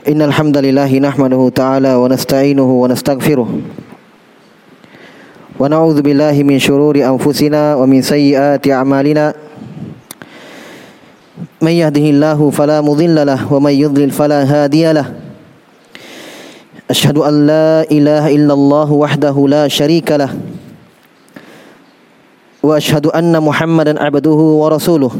Innal hamdalillah nahmaduhu ta'ala wa nasta'inuhu wa nastaghfiruh wa na'udzu billahi min shururi anfusina wa min sayyiati a'malina. May yahdihillahu fala mudilla lahu wa may yudlil fala hadiya lahu. Asyhadu an la ilaha illallah wahdahu la syarika lah wa asyhadu anna Muhammadan abduhu wa rasuluh.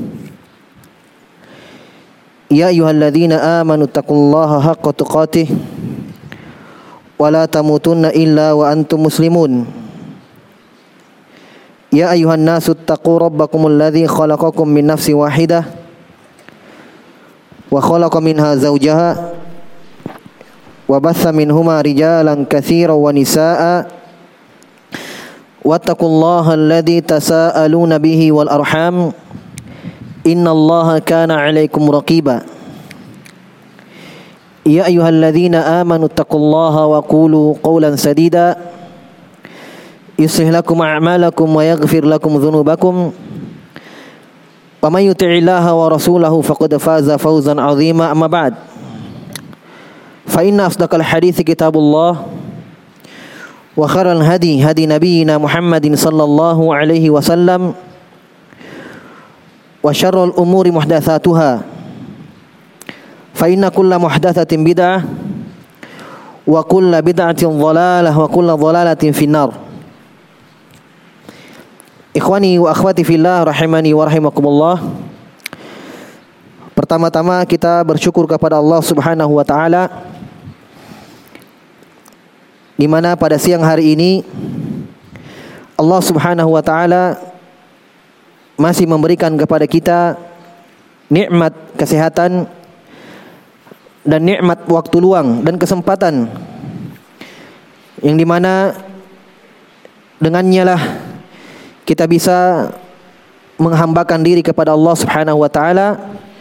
Ya ayyuhalladzina amanu taqullaha haqqa tuqatih wa la tamutunna illa wa antum muslimun. Ya ayyuhan nasu taqu rabbakumul ladzi khalaqakum min nafsin wahidah wa khalaqa minha zawjaha wa batha minhuma rijalan katsiran wa nisaa'a wattaqullaha alladzi tasaaluna bihi wal arham innallaha kana 'alaikum raqiba. Ya ayyuhalladzina amanu taqullaha wa qulu qawlan sadida yuslih lakum a'malakum wa yaghfir lakum dhunubakum wa may yuti'illaha wa rasulahu faqad faza fawzan 'azima. Amma ba'd, fa inna asdaqal hadithi kitabullah wa khairal hadi nabiyyina Muhammadin sallallahu alaihi wasallam wa syarrul umuri muhdatsatuha fa inna kulla muhdatsatin bid'ah wa kulla bid'atin dhalalah wa kulla dhalalatin finnar. Ikhwani wa akhwati fillah rahimani wa rahimakumullah. Pertama-tama kita bersyukur kepada Allah Subhanahu wa taala di mana pada siang hari ini Allah Subhanahu wa taala masih memberikan kepada kita nikmat kesehatan dan nikmat waktu luang dan kesempatan yang dimana dengannya lah kita bisa menghambakan diri kepada Allah Subhanahu wa taala,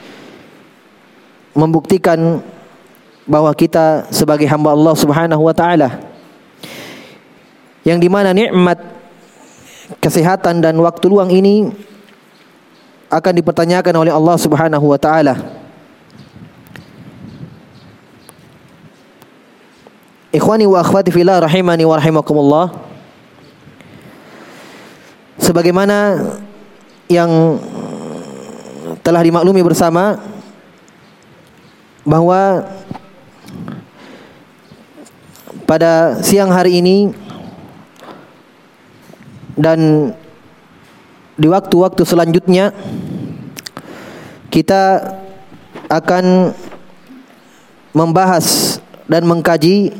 membuktikan bahwa kita sebagai hamba Allah Subhanahu wa taala, yang dimana nikmat kesehatan dan waktu luang ini akan dipertanyakan oleh Allah Subhanahu wa taala. Ikhwani wa akhwati fillah rahimani wa rahimakumullah. Sebagaimana yang telah dimaklumi bersama bahwa pada siang hari ini dan di waktu-waktu selanjutnya kita akan membahas dan mengkaji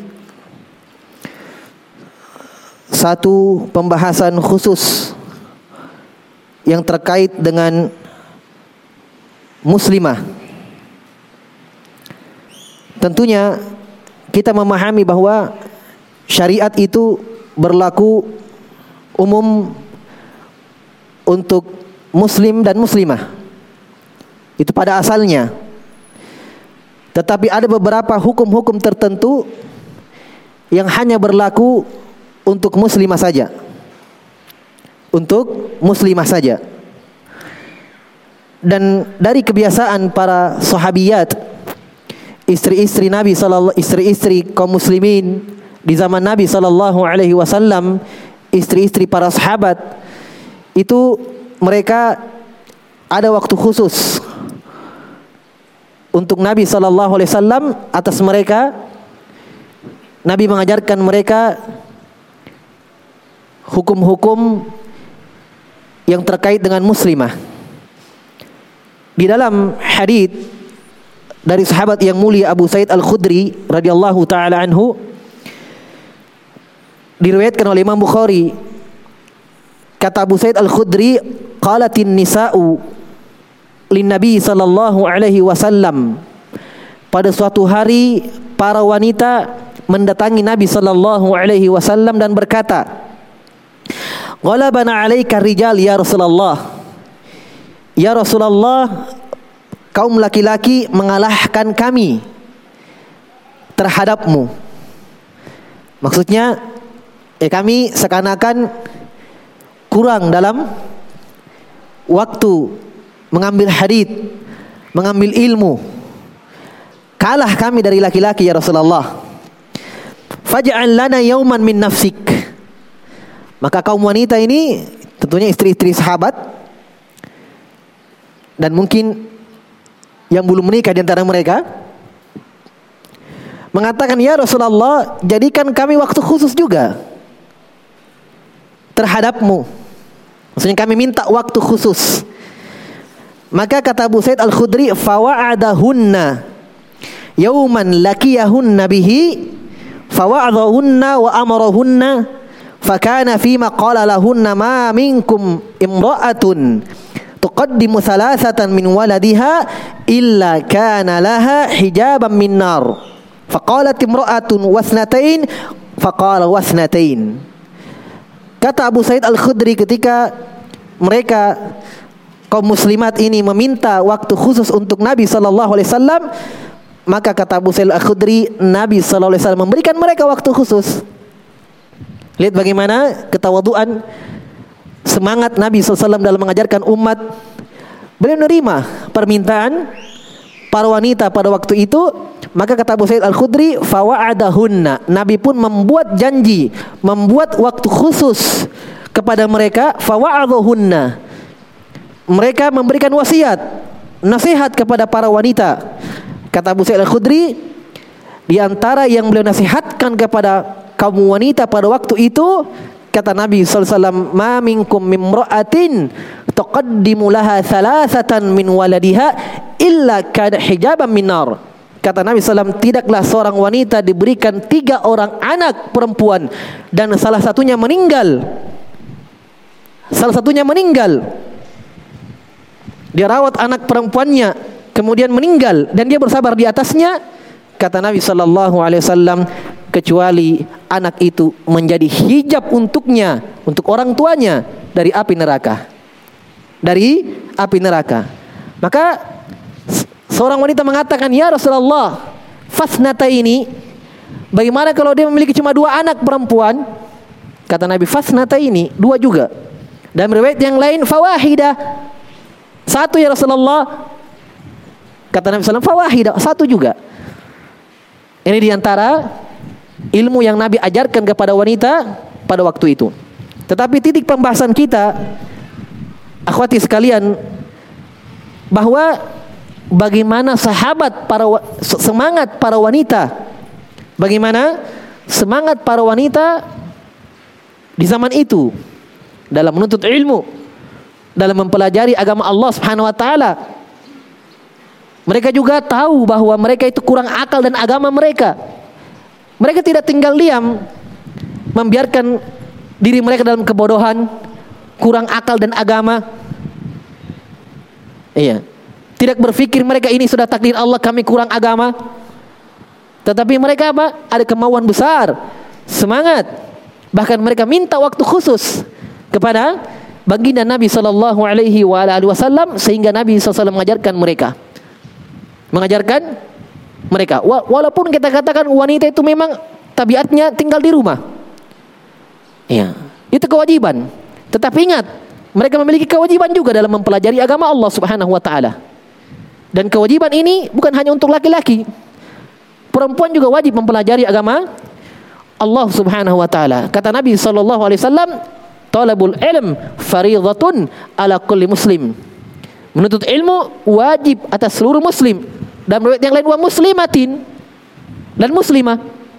satu pembahasan khusus yang terkait dengan muslimah. Tentunya kita memahami bahwa syariat itu berlaku umum untuk muslim dan muslimah, itu pada asalnya. Tetapi ada beberapa hukum-hukum tertentu yang hanya berlaku untuk muslimah saja. Untuk muslimah saja. Dan dari kebiasaan para sahabiyat, istri-istri Nabi sallallahu istri-istri kaum muslimin di zaman Nabi sallallahu alaihi wasallam, istri-istri para sahabat, itu mereka ada waktu khusus untuk Nabi sallallahu alaihi wasallam. Atas mereka Nabi mengajarkan mereka hukum-hukum yang terkait dengan muslimah. Di dalam hadits dari sahabat yang mulia Abu Sa'id Al-Khudri radhiyallahu taala anhu, diriwayatkan oleh Imam Bukhari, kata Abu Sa'id Al-Khudri, qalatin nisa'u lin Nabi sallallahu alaihi wasallam, pada suatu hari para wanita mendatangi Nabi sallallahu alaihi wasallam dan berkata, "Ghalabana 'alaika rijal ya Rasulullah." Ya Rasulullah, kaum laki-laki mengalahkan kami terhadapmu. Maksudnya kami seakan-akan kurang dalam waktu mengambil hadits, mengambil ilmu. kalah kami dari laki-laki ya Rasulullah. Faj'al lana yauman min nafsik. Maka kaum wanita ini tentunya istri-istri sahabat dan mungkin yang belum menikah di antara mereka mengatakan, ya Rasulullah, jadikan kami waktu khusus juga terhadapmu. Maksudnya kami minta waktu khusus. Maka kata Abu Sa'id Al-Khudri, fawa'adahunna yauman lakiyahunna bihi fawa'adahunna wa amarahunna fakana fima qala lahunna ma minkum imra'atun tuqaddimu thalathatan min waladiha illa kana laha hijaban min nar faqalat imra'atun wasnatain faqala wasnatain. Kata Abu Sa'id Al-Khudri, ketika mereka kaum muslimat ini meminta waktu khusus untuk Nabi SAW, maka kata Abu Sa'id Al-Khudri, Nabi SAW memberikan mereka waktu khusus. Lihat bagaimana ketawaduan, semangat Nabi SAW dalam mengajarkan umat. Beliau menerima permintaan para wanita pada waktu itu. Maka kata Abu Sa'id Al-Khudri, fawa'adahunna, Nabi pun membuat janji, membuat waktu khusus kepada mereka. Fawa'adahunna, mereka memberikan wasiat, nasihat kepada para wanita. Kata Abu Sa'id Al-Khudri, di antara yang beliau nasihatkan kepada kaum wanita pada waktu itu, kata Nabi SAW, ma minkum mimra'atin tuqaddimu laha thalathatan min waladiha illa kana hijaban min nar. Kata Nabi SAW, tidaklah seorang wanita diberikan 3 orang anak perempuan dan salah satunya meninggal. Dia rawat anak perempuannya, kemudian meninggal dan dia bersabar di atasnya. Kata Nabi SAW, kecuali anak itu menjadi hijab untuknya, untuk orang tuanya dari api neraka. Maka seorang wanita mengatakan, ya Rasulullah, fasnata ini, bagaimana kalau dia memiliki cuma 2 anak perempuan? Kata Nabi, fasnata ini 2 juga. Dan riwayat yang lain, fawahida, 1 ya Rasulullah. Kata Nabi SAW, fawahida, 1 juga. Ini diantara ilmu yang Nabi ajarkan kepada wanita pada waktu itu. Tetapi titik pembahasan kita, akhwati sekalian, bahwa bagaimana semangat para wanita, bagaimana semangat para wanita di zaman itu dalam menuntut ilmu, dalam mempelajari agama Allah Subhanahu wa taala. Mereka juga tahu bahwa mereka itu kurang akal dan agama mereka. Mereka tidak tinggal diam, membiarkan diri mereka dalam kebodohan, kurang akal dan agama. Iya. Tidak berpikir mereka ini sudah takdir Allah, kami kurang agama. Tetapi mereka apa? Ada kemauan besar, semangat. Bahkan mereka minta waktu khusus kepada baginda Nabi SAW, sehingga Nabi SAW mengajarkan mereka. Walaupun kita katakan wanita itu memang tabiatnya tinggal di rumah, ya, itu kewajiban. Tetapi ingat, mereka memiliki kewajiban juga dalam mempelajari agama Allah Subhanahu wa taala. Dan kewajiban ini bukan hanya untuk laki-laki, perempuan juga wajib mempelajari agama Allah Subhanahu wa taala. Kata Nabi SAW, talabul ilm fariidhatun ala kulli muslim. Menuntut ilmu wajib atas seluruh muslim. Dan riwayat yang lain, wa muslimatin, dan muslimah,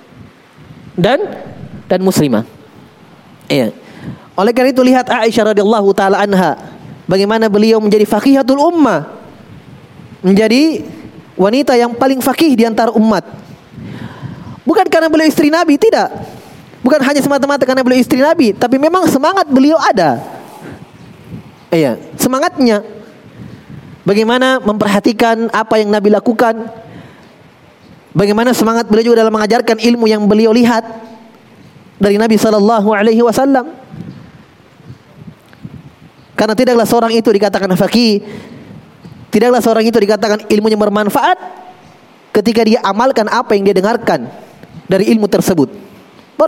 dan muslimah. Iya. Oleh karena itu lihat Aisyah radhiyallahu taala anha, bagaimana beliau menjadi faqihatul ummah, menjadi wanita yang paling faqih di antara umat. Bukan karena beliau istri Nabi, tidak. Bukan hanya semata-mata karena beliau istri Nabi, tapi memang semangat beliau ada. Iya, semangatnya. Bagaimana memperhatikan apa yang Nabi lakukan. Bagaimana semangat beliau juga dalam mengajarkan ilmu yang beliau lihat dari Nabi SAW. Karena tidaklah seorang itu dikatakan faqih, tidaklah seorang itu dikatakan ilmunya bermanfaat ketika dia amalkan apa yang dia dengarkan dari ilmu tersebut. Baru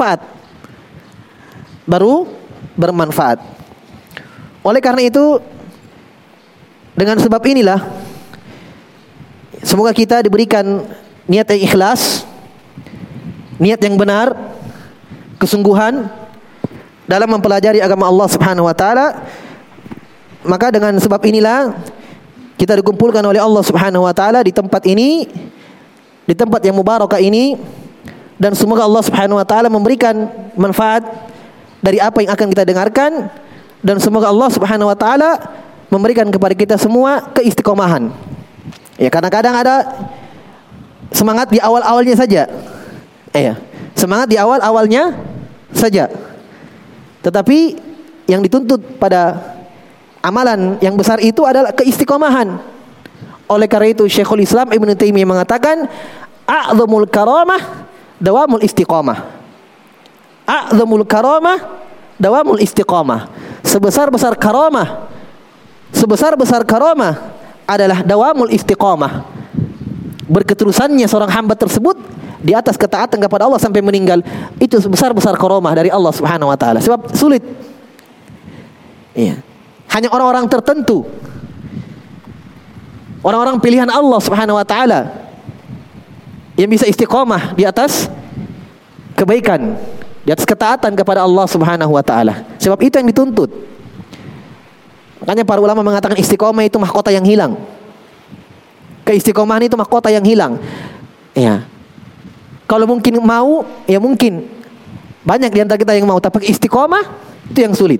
bermanfaat. Oleh karena itu, dengan sebab inilah semoga kita diberikan niat yang ikhlas, niat yang benar, kesungguhan dalam mempelajari agama Allah Subhanahu wa taala. Maka dengan sebab inilah kita dikumpulkan oleh Allah Subhanahu wa taala di tempat ini, di tempat yang mubarakah ini, dan semoga Allah Subhanahu wa taala memberikan manfaat dari apa yang akan kita dengarkan, dan semoga Allah Subhanahu wa taala memberikan kepada kita semua keistiqomahan. Ya, kadang-kadang ada semangat di awal-awalnya saja. Semangat di awal-awalnya saja. Tetapi yang dituntut pada amalan yang besar itu adalah keistiqomahan. Oleh karena itu Syekhul Islam Ibnu Taimiyah mengatakan, a'zamul karamah dawamul istiqamah. A'zamul karamah dawamul istiqamah. Sebesar-besar karamah, sebesar-besar karamah adalah dawamul istiqamah. Berketerusannya seorang hamba tersebut di atas ketaatan kepada Allah sampai meninggal, itu sebesar-besar karamah dari Allah Subhanahu wa taala. Sebab sulit. Hanya orang-orang tertentu, orang-orang pilihan Allah Subhanahu wa taala yang bisa istiqamah di atas kebaikan, di atas ketaatan kepada Allah Subhanahu wa taala. Sebab itu yang dituntut. Makanya para ulama mengatakan istiqomah itu mahkota yang hilang. Keistiqomahan itu mahkota yang hilang. Kalau mungkin mau, ya mungkin banyak di antara kita yang mau, tapi istiqomah itu yang sulit.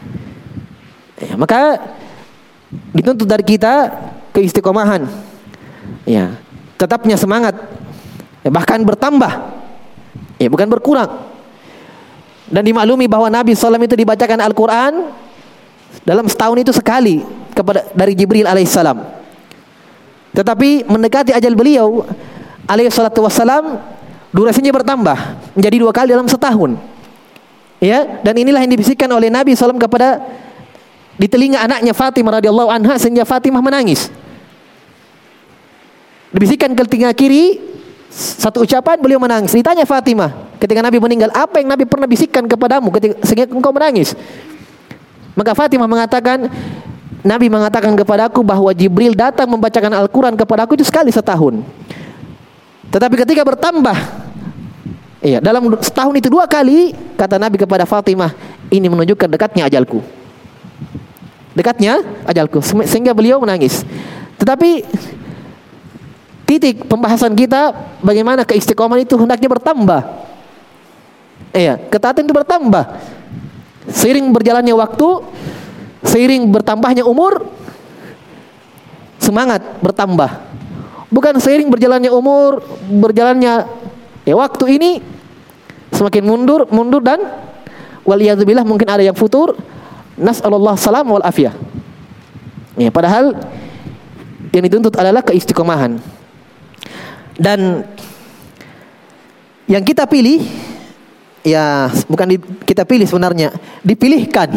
Maka dituntut dari kita keistiqomahan. Tetapnya semangat, bahkan bertambah, bukan berkurang. Dan dimaklumi bahwa Nabi SAW itu dibacakan Al-Quran dalam setahun itu sekali dari Jibril alaihissalam. Tetapi mendekati ajal beliau alaihissalatu wassalam, durasinya bertambah menjadi 2 kali dalam setahun. Dan inilah yang dibisikkan oleh Nabi SAW di telinga anaknya Fatimah radhiyallahu anha, sehingga Fatimah menangis. Dibisikkan ke telinga kiri satu ucapan, beliau menangis. Ditanya Fatimah ketika Nabi meninggal, apa yang Nabi pernah bisikkan kepadamu sehingga engkau menangis? Maka Fatimah mengatakan, Nabi mengatakan kepadaku bahwa Jibril datang membacakan Al-Quran kepadaku itu sekali setahun. Tetapi ketika bertambah, dalam setahun itu 2 kali, kata Nabi kepada Fatimah, ini menunjukkan dekatnya ajalku. Dekatnya ajalku, sehingga beliau menangis. Tetapi titik pembahasan kita, bagaimana keistiqomahan itu hendaknya bertambah. Ketaatan itu bertambah. Seiring berjalannya waktu, seiring bertambahnya umur, semangat bertambah. Bukan seiring berjalannya umur, berjalannya waktu ini semakin mundur dan waliyadzubillah mungkin ada yang futur. Nas'alullah salam wal afiyah. Padahal yang dituntut adalah keistiqomahan. Dan yang kita pilih, bukan kita pilih sebenarnya, dipilihkan.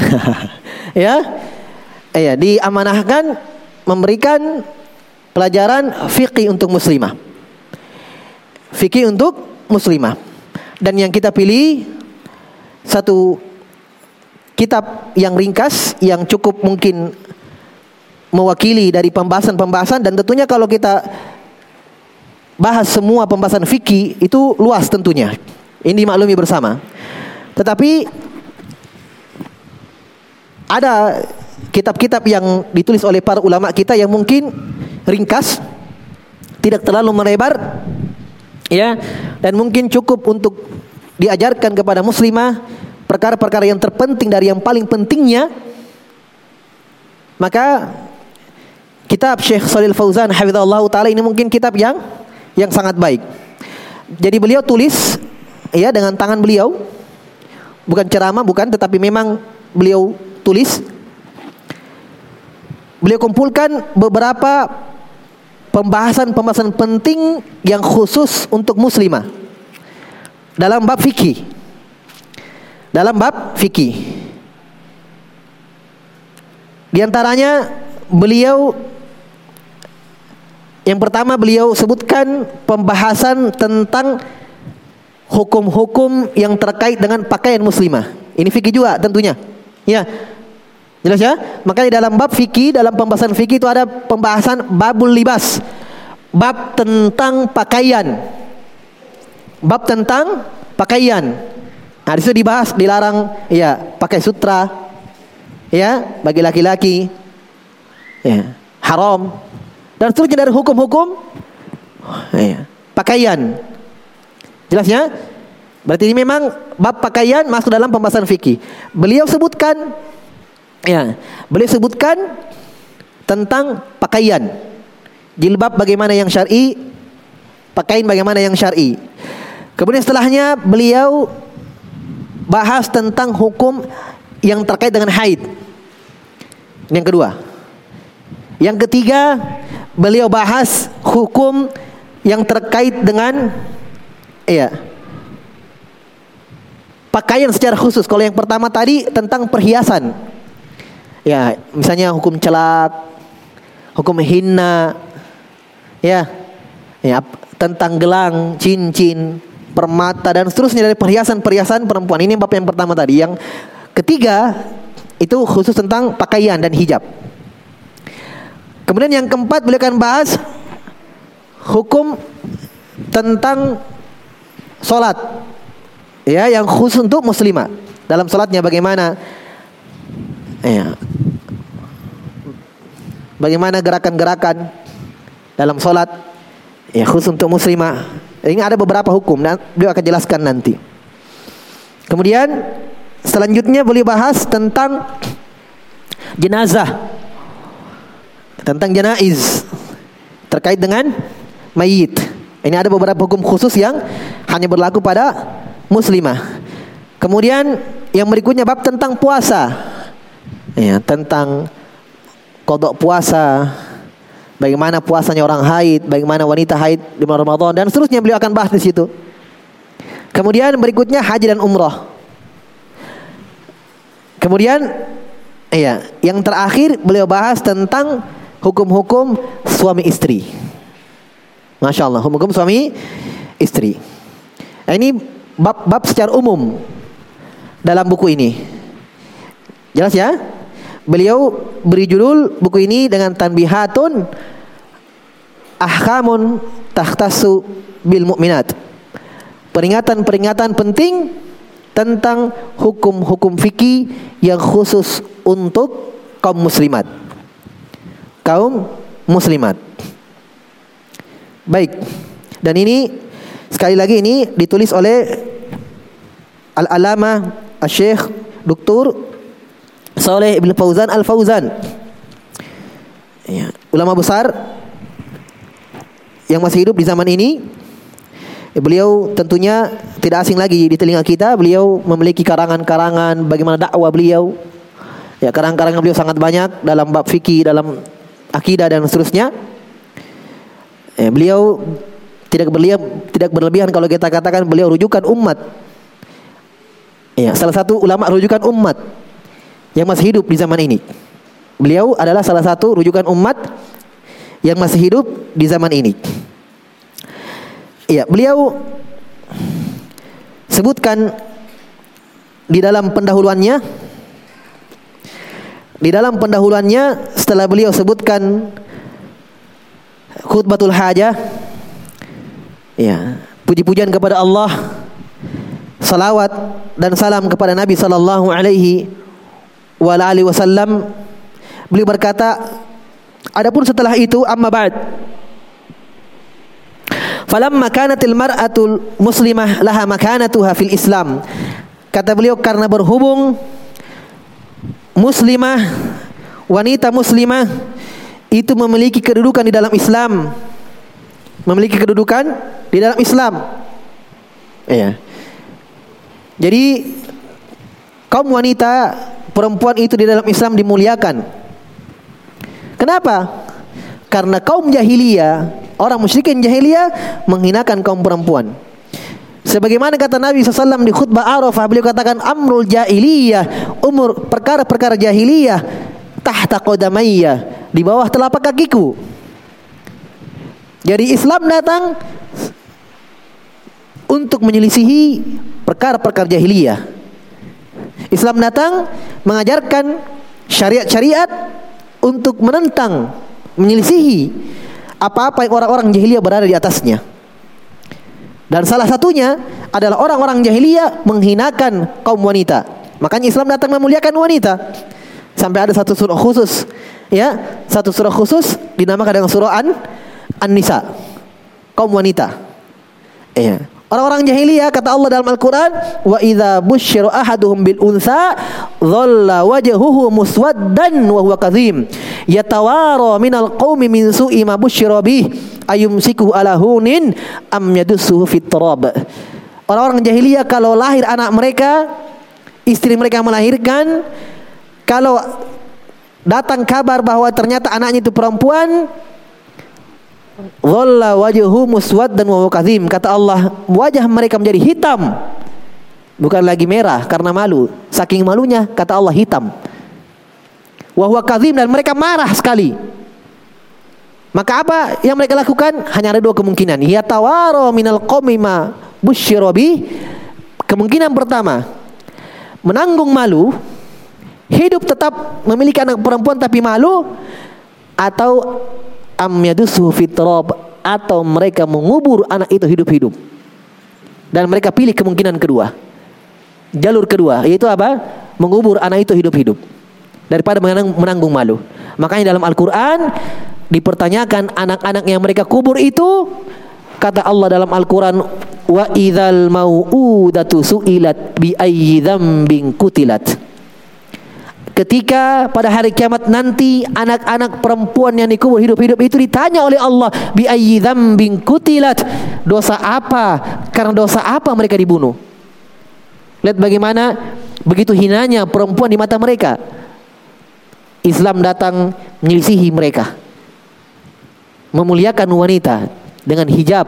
Diamanahkan memberikan pelajaran fikih untuk muslimah. Fikih untuk muslimah. Dan yang kita pilih satu kitab yang ringkas, yang cukup mungkin mewakili dari pembahasan-pembahasan. Dan tentunya kalau kita bahas semua pembahasan fikih itu luas tentunya. Ini dimaklumi bersama. Tetapi ada kitab-kitab yang ditulis oleh para ulama kita yang mungkin ringkas, tidak terlalu melebar, dan mungkin cukup untuk diajarkan kepada muslimah perkara-perkara yang terpenting dari yang paling pentingnya. Maka kitab Syekh Shalih Fauzan hafizahullah taala ini mungkin kitab yang sangat baik. Jadi beliau tulis dengan tangan beliau, bukan ceramah, bukan, tetapi memang beliau tulis. Beliau kumpulkan beberapa pembahasan-pembahasan penting yang khusus untuk muslimah dalam bab fikih. Dalam bab fikih. Di antaranya beliau, yang pertama beliau sebutkan pembahasan tentang hukum-hukum yang terkait dengan pakaian muslimah. Ini fikih juga tentunya. Jelas ya? Maka di dalam bab fikih, dalam pembahasan fikih itu ada pembahasan babul libas, bab tentang pakaian. Bab tentang pakaian. Nah, di situ dibahas dilarang ya pakai sutra ya bagi laki-laki. Ya, haram. Dan seterusnya dari hukum-hukum ya, pakaian. Jelasnya? Berarti ini memang bab pakaian masuk dalam pembahasan fikih. Beliau sebutkan tentang pakaian. Jilbab bagaimana yang syar'i, pakaian bagaimana yang syar'i. Kemudian setelahnya beliau bahas tentang hukum yang terkait dengan haid. Ini yang kedua. Yang ketiga, beliau bahas hukum yang terkait dengan pakaian secara khusus. Kalau yang pertama tadi tentang perhiasan. Ya, misalnya hukum celak, hukum hinna, ya, tentang gelang, cincin, permata dan seterusnya dari perhiasan-perhiasan perempuan. Ini bab yang pertama tadi. Yang ketiga itu khusus tentang pakaian dan hijab. Kemudian yang keempat beliau akan bahas hukum tentang solat, ya, yang khusus untuk muslimah. Dalam solatnya bagaimana, bagaimana gerakan-gerakan dalam solat, ya, khusus untuk muslimah. Ini ada beberapa hukum dan beliau akan jelaskan nanti. Kemudian selanjutnya beliau bahas tentang jenazah, tentang janaiz terkait dengan mayit. Ini ada beberapa hukum khusus yang hanya berlaku pada muslimah. Kemudian yang berikutnya bab tentang puasa, ya, tentang qada puasa, bagaimana puasanya orang haid, bagaimana wanita haid di bulan Ramadan dan seterusnya beliau akan bahas di situ. Kemudian berikutnya haji dan umrah. Kemudian yang terakhir beliau bahas tentang hukum-hukum suami istri. Masya Allah, hukum suami istri. Nah, ini bab secara umum dalam buku ini. Jelas ya? Beliau beri judul buku ini dengan tanbihatun ahkamun takhtassu bil mu'minat. Peringatan-peringatan penting tentang hukum-hukum fikih yang khusus untuk kaum muslimat. Kaum muslimat. Baik. Dan ini sekali lagi ini ditulis oleh Al-Alamah Asy-Syaikh Dr. Shalih Ibn Fauzan Al-Fauzan, ya, ulama besar yang masih hidup di zaman ini. Beliau tentunya tidak asing lagi di telinga kita. Beliau memiliki karangan-karangan bagaimana dakwah beliau. Ya, karangan-karangan beliau sangat banyak dalam bab fikih, dalam akidah dan seterusnya. Beliau tidak berlebihan kalau kita katakan beliau rujukan umat. Ya, salah satu ulama rujukan umat yang masih hidup di zaman ini. Beliau adalah salah satu rujukan umat yang masih hidup di zaman ini. Ya, beliau sebutkan di dalam pendahuluannya. Di dalam pendahuluannya setelah beliau sebutkan khutbatul hajah, ya, puji-pujian kepada Allah, salawat dan salam kepada Nabi sallallahu alaihi wasallam, beliau berkata, adapun setelah itu, amma ba'd, falamma kanatil mar'atul muslimah laha makanatuha fil Islam. Kata beliau, karena berhubung muslimah, wanita muslimah itu memiliki kedudukan di dalam Islam. Memiliki kedudukan di dalam Islam. Ya. Jadi kaum wanita, perempuan itu di dalam Islam dimuliakan. Kenapa? Karena kaum jahiliyah, orang musyrikin jahiliyah menghinakan kaum perempuan. Sebagaimana kata Nabi SAW di khutbah Arafah, beliau katakan, amrul jahiliyah, umur perkara-perkara jahiliyah, tahta qadamayya, di bawah telapak kakiku. Jadi Islam datang untuk menyelisihi perkara-perkara jahiliyah. Islam datang mengajarkan syariat-syariat untuk menentang, menyelisihi apa-apa yang orang-orang jahiliyah berada di atasnya. Dan salah satunya adalah orang-orang jahiliyah menghinakan kaum wanita. Makanya Islam datang memuliakan wanita. Sampai ada satu surah khusus, ya, satu surah khusus dinamakan dengan surah An-Nisa, kaum wanita. Ya. Orang-orang jahiliyah kata Allah dalam Al-Quran, wa idza busyira ahaduhum bil unsa dhalla wajhuhu muswaddan wa huwa kadhim yatawara minal qaumi min su'i ma busyira bih ayumsikuhu ala hunin am yadussuhu fit turab. Orang-orang jahiliyah kalau lahir anak mereka, istri mereka melahirkan, kalau datang kabar bahwa ternyata anaknya itu perempuan, dhalla wajhuhu muswaddan wa huwa kadhim, kata Allah, wajah mereka menjadi hitam, bukan lagi merah karena malu, saking malunya kata Allah hitam. Wa huwa kadhim, dan mereka marah sekali. Maka apa yang mereka lakukan? Hanya ada dua kemungkinan. Yatawara minal qaumi ma busyira bi. Kemungkinan pertama, menanggung malu, hidup tetap memiliki anak perempuan tapi malu, atau am yadussuhu fit turab, atau mereka mengubur anak itu hidup-hidup. Dan mereka pilih kemungkinan kedua, jalur kedua, yaitu apa? Mengubur anak itu hidup-hidup daripada menanggung malu. Makanya dalam Al-Quran dipertanyakan anak-anak yang mereka kubur itu. Kata Allah dalam Al-Quran, wa idzal mau'udatu su'ilat bi ayyi dzambin qutilat. Ketika pada hari kiamat nanti anak-anak perempuan yang dikubur hidup-hidup itu ditanya oleh Allah, bi ayyi dzambin qutilat, dosa apa, karena dosa apa mereka dibunuh. Lihat bagaimana begitu hinanya perempuan di mata mereka. Islam datang menyelisihi mereka, memuliakan wanita dengan hijab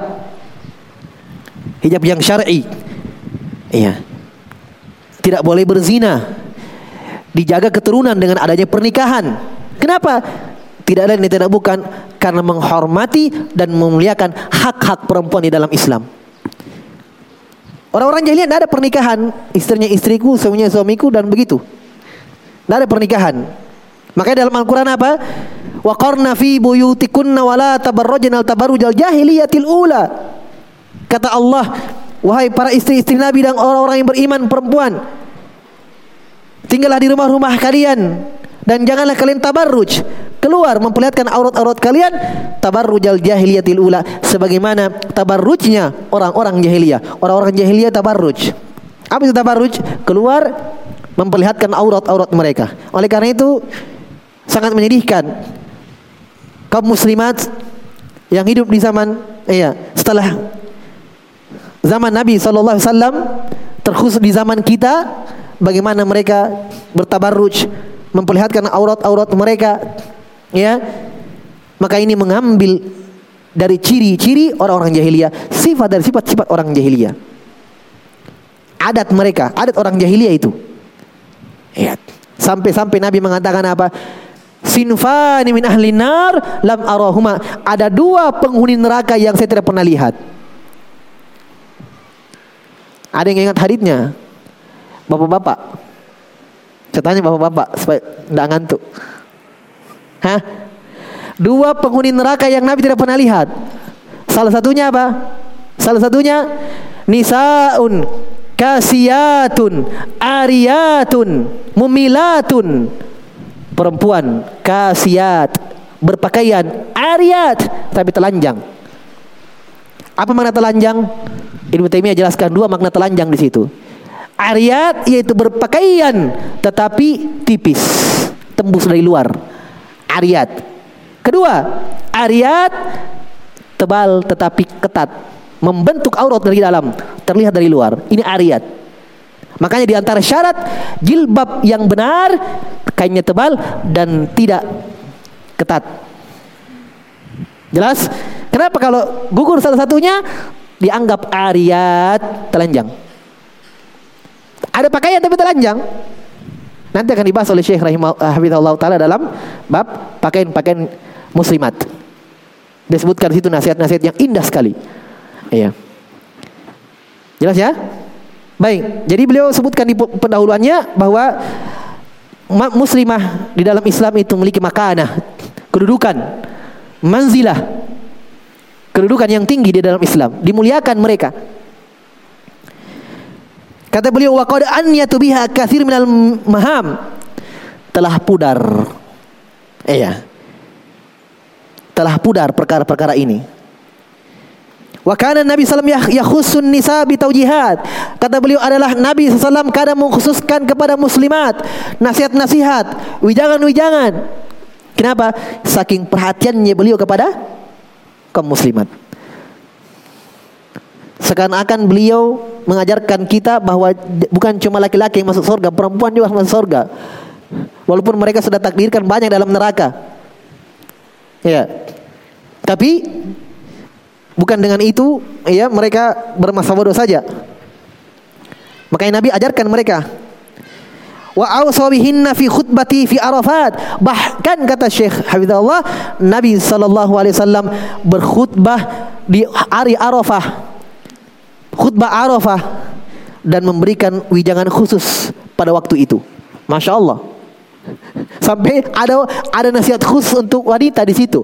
yang syar'i. Iya. Tidak boleh berzina. Dijaga keturunan dengan adanya pernikahan. Kenapa? Tidak ada yang tidak bukan karena menghormati dan memuliakan hak-hak perempuan di dalam Islam. Orang-orang jahiliyah tidak ada pernikahan, istrinya istriku, suaminya suamiku, dan begitu. Tidak ada pernikahan. Makanya dalam Al-Quran apa? Wa qarna fi buyutikunna wa la tabarrajna tabarrujal jahiliyatil ula. Kata Allah, wahai para istri-istri Nabi dan orang-orang yang beriman perempuan, tinggallah di rumah-rumah kalian dan janganlah kalian tabarruj, keluar memperlihatkan aurat-aurat kalian, tabarrujal jahiliyatil ula, sebagaimana tabarrujnya orang-orang jahiliyah. Orang-orang jahiliyah tabarruj. Apa itu tabarruj? Keluar memperlihatkan aurat-aurat mereka. Oleh karena itu sangat menyedihkan kaum muslimat yang hidup di zaman setelah zaman Nabi SAW, terkhusus di zaman kita, bagaimana mereka bertabarruj, memperlihatkan aurat-aurat mereka, ya. Maka ini mengambil dari ciri-ciri orang-orang jahiliyah, sifat dari sifat-sifat orang jahiliyah, adat mereka, adat orang jahiliyah itu, ya. Sampai-sampai Nabi mengatakan apa? Sinfani min ahli nar lam arahuma, ada dua penghuni neraka yang saya tidak pernah lihat. Ada yang ingat haditsnya? Bapak-bapak, saya tanya bapak-bapak supaya tidak ngantuk. Hah? Dua penghuni neraka yang Nabi tidak pernah lihat. Salah satunya apa? Salah satunya nisaun kasiyatun ariyatun mumilatun. Perempuan kasiyat, berpakaian, ariyat, tapi telanjang. Apa makna telanjang? Ibnu Taimiyah jelaskan dua makna telanjang di situ. Ariyat yaitu berpakaian tetapi tipis, tembus dari luar. Ariyat. Kedua, ariyat tebal tetapi ketat, membentuk aurat dari dalam, terlihat dari luar. Ini ariyat. Makanya di antara syarat jilbab yang benar, kainnya tebal dan tidak ketat. Jelas? Kenapa kalau gugur salah satunya dianggap ariyat, telanjang? Ada pakaian tapi telanjang. Nanti akan dibahas oleh Syekh Rahimahullah Ta'ala dalam bab pakaian-pakaian muslimat. Disebutkan di situ nasihat-nasihat yang indah sekali. Iya. Jelas ya? Baik, jadi beliau sebutkan di pendahuluannya bahwa muslimah di dalam Islam itu memiliki makanah, kedudukan, manzilah, kedudukan yang tinggi di dalam Islam, dimuliakan mereka. Kata beliau, wa qad anyatu biha katsir minal maham, telah pudar. Telah pudar perkara-perkara ini. Wa kana Nabi sallallahu alaihi wasallam yakhussun nisa bi taujihat. Kata beliau adalah Nabi sallallahu alaihi wasallam kadang mengkhususkan kepada muslimat nasihat-nasihat, wijangan-wijangan. Kenapa? Saking perhatiannya beliau kepada kaum muslimat. Seakan-akan beliau mengajarkan kita bahwa bukan cuma laki-laki yang masuk surga, perempuan juga masuk surga. Walaupun mereka sudah takdirkan banyak dalam neraka. Tapi bukan dengan itu mereka bermasa bodoh saja. Makanya Nabi ajarkan mereka. Wa awsa bihinna fi khutbati fi Arafat. Bahkan kata Syekh Hafizahullah, Nabi sallallahu alaihi wasallam berkhutbah di hari Arafah, khutbah Arafah, dan memberikan wijangan khusus pada waktu itu. Masya Allah. Sampai ada nasihat khusus untuk wanita di situ.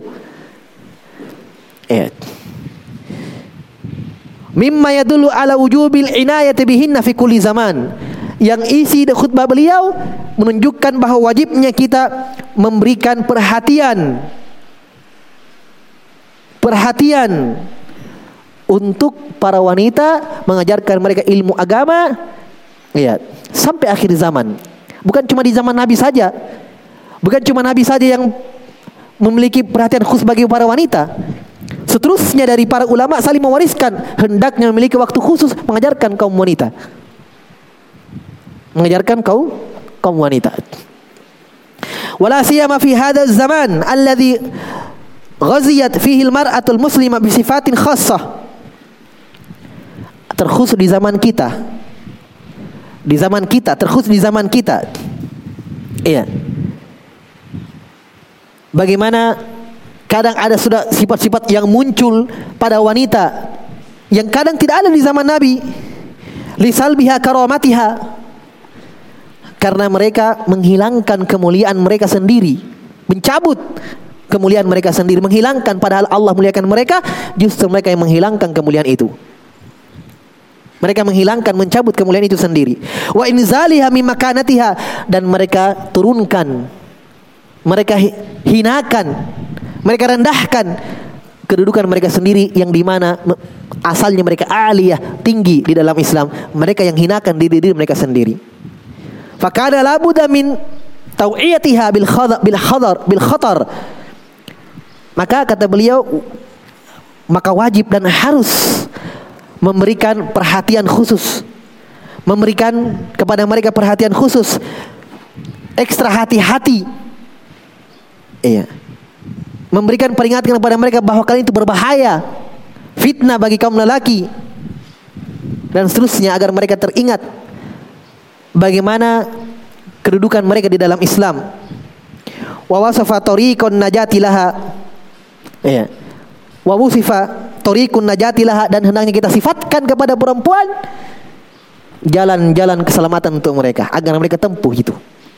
Mimma yadullu ala wujubil inayati bihinna fi kulli zaman. Yang isi khutbah beliau menunjukkan bahwa wajibnya kita memberikan perhatian untuk para wanita, mengajarkan mereka ilmu agama sampai akhir zaman. Bukan cuma di zaman Nabi saja. Bukan cuma Nabi saja yang memiliki perhatian khusus bagi para wanita. Seterusnya dari para ulama saling mewariskan hendaknya memiliki waktu khusus mengajarkan kaum wanita. Mengajarkan kaum wanita. Wala siyama fi hadzal zaman alladhi ghaziyat fihi al-mar'atul muslimah bi sifatin khassah. Terkhusus di zaman kita. Terkhusus di zaman kita. Bagaimana kadang ada sudah sifat-sifat yang muncul pada wanita yang kadang tidak ada di zaman Nabi. Lisalbiha karamatiha, karena mereka menghilangkan kemuliaan mereka sendiri, mencabut kemuliaan mereka sendiri, menghilangkan padahal Allah muliakan mereka, justru mereka yang menghilangkan kemuliaan itu. Mereka menghilangkan, mencabut kemuliaan itu sendiri. Wa inzaliha min makanatiha, dan mereka turunkan, mereka hinakan, mereka rendahkan kedudukan mereka sendiri yang dimana asalnya mereka aliyah, tinggi di dalam Islam. Mereka yang hinakan diri mereka sendiri. Fakana la budda min tau'iyatiha bil khatar. Maka kata beliau, maka wajib dan harus memberikan perhatian khusus, memberikan kepada mereka perhatian khusus, ekstra hati-hati, memberikan peringatan kepada mereka bahwa kalian itu berbahaya, fitnah bagi kaum lelaki, dan seterusnya, agar mereka teringat bagaimana kedudukan mereka di dalam Islam. Wa wasafa tariqun najati laha, wa wusifa tariqun najati laha, dan hendaknya kita sifatkan kepada perempuan jalan-jalan keselamatan untuk mereka, agar mereka tempuh itu.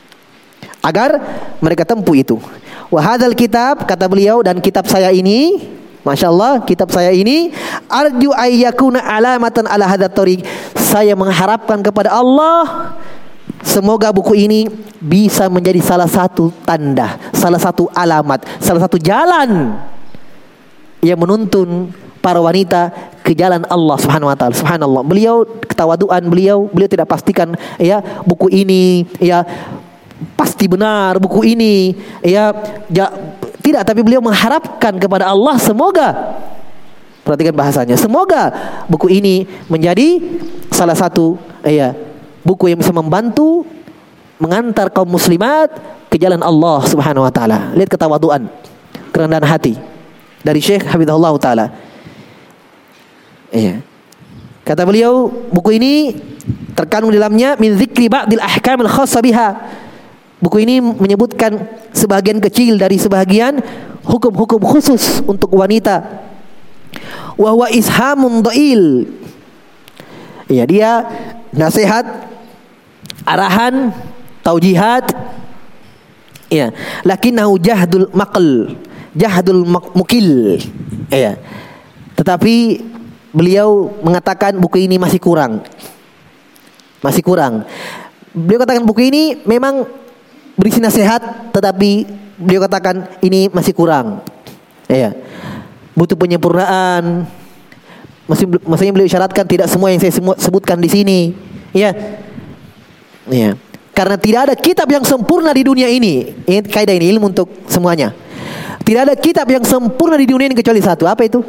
Wa hadzal kitab, kata beliau, dan kitab saya ini, Masya Allah, kitab saya ini, arju ayyakuna alamatan ala hadzal tariq. Saya mengharapkan kepada Allah, semoga buku ini bisa menjadi salah satu tanda, salah satu alamat, salah satu jalan yang menuntun para wanita ke jalan Allah Subhanahu wa taala. Subhanallah. Beliau ketawaduan beliau tidak pastikan buku ini pasti benar, buku ini tidak, tapi beliau mengharapkan kepada Allah, semoga, perhatikan bahasanya, semoga buku ini menjadi salah satu buku yang bisa membantu mengantar kaum muslimat ke jalan Allah Subhanahu wa taala. Lihat ketawaduan, kerendahan hati dari Syekh Hafizahullah taala. Kata beliau, buku ini terkandung di dalamnya min dzikri ba'dil ahkamil khassah biha. Buku ini menyebutkan sebagian kecil dari sebagian hukum-hukum khusus untuk wanita. Wa huwa ishamun dhail. Dia nasihat, arahan, taujihat. Lakinnahu jahdul maql, jahdul mukil. Tetapi beliau mengatakan buku ini masih kurang. Masih kurang. Beliau katakan buku ini memang berisi nasihat, tetapi beliau katakan ini masih kurang. Ya. Butuh penyempurnaan. Maksudnya beliau isyaratkan tidak semua yang saya sebutkan di sini. Ya. Ya. Karena tidak ada kitab yang sempurna di dunia ini. Ini kaidah ini, ilmu untuk semuanya. Tidak ada kitab yang sempurna di dunia ini kecuali satu. Apa itu?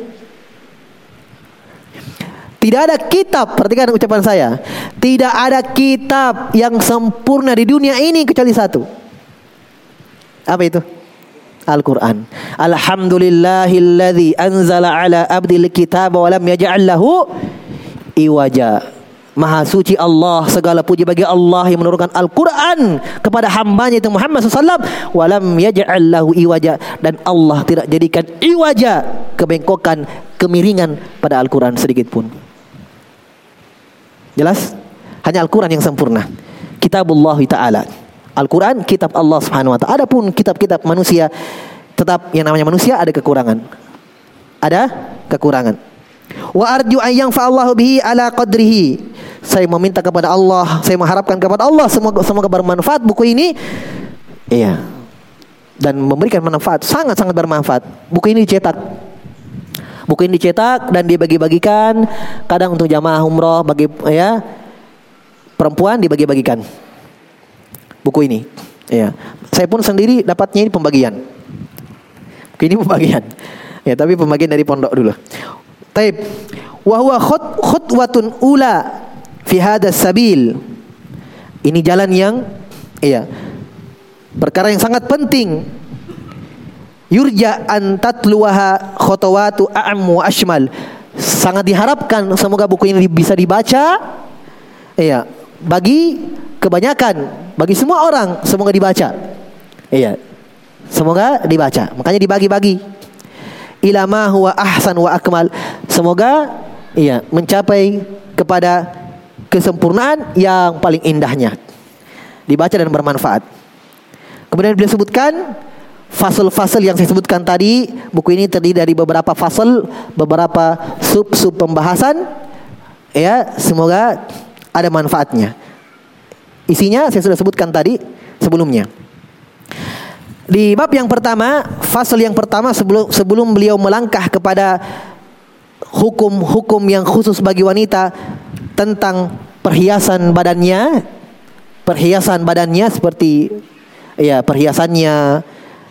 Tidak ada kitab, perhatikan ucapan saya. Tidak ada kitab yang sempurna di dunia ini kecuali satu. Apa itu? Al-Quran. Alhamdulillahilladzi anzala ala abdil kitab wa lam yaj'al lahu iwaja. Maha suci Allah, segala puji bagi Allah yang menurunkan Al-Quran kepada hambanya itu Muhammad SAW. Walam yaj'al lahu iwaja, dan Allah tidak jadikan iwaja, kebengkokan, kemiringan pada Al-Quran sedikit pun. Jelas? Hanya Al-Quran yang sempurna. Kitabullah Ta'ala. Al-Quran kitab Allah Subhanahu Wa Ta'ala. Adapun kitab-kitab manusia, tetap yang namanya manusia ada kekurangan. Ada kekurangan. Wa arju an yanfa'allahu bihi ala qadrihi. Saya meminta kepada Allah, saya mengharapkan kepada Allah semoga bermanfaat buku ini. Iya. Dan memberikan manfaat, sangat-sangat bermanfaat. Buku ini dicetak. Buku ini dicetak dan dibagi-bagikan, kadang untuk jamaah umroh bagi perempuan dibagi-bagikan. Buku ini. Iya. Saya pun sendiri dapatnya ini pembagian. Ini pembagian. Ya, tapi pembagian dari pondok dulu. Taib. Wa huwa khutwatun ula fi hadas sabil. Ini jalan yang perkara yang sangat penting. Yurja an tatluwaha khutwatu a'am wa ashmal. Sangat diharapkan semoga buku ini bisa dibaca bagi kebanyakan, bagi semua orang, semoga dibaca. Semoga dibaca. Makanya dibagi-bagi. Ila ma huwa ahsan wa akmal. Semoga mencapai kepada kesempurnaan yang paling indahnya. Dibaca dan bermanfaat. Kemudian beliau sebutkan fasal-fasal yang saya sebutkan tadi. Buku ini terdiri dari beberapa fasal, beberapa sub-sub pembahasan. Semoga ada manfaatnya. Isinya saya sudah sebutkan tadi sebelumnya. Di bab yang pertama, fasal yang pertama, sebelum beliau melangkah kepada hukum-hukum yang khusus bagi wanita tentang perhiasan badannya seperti perhiasannya,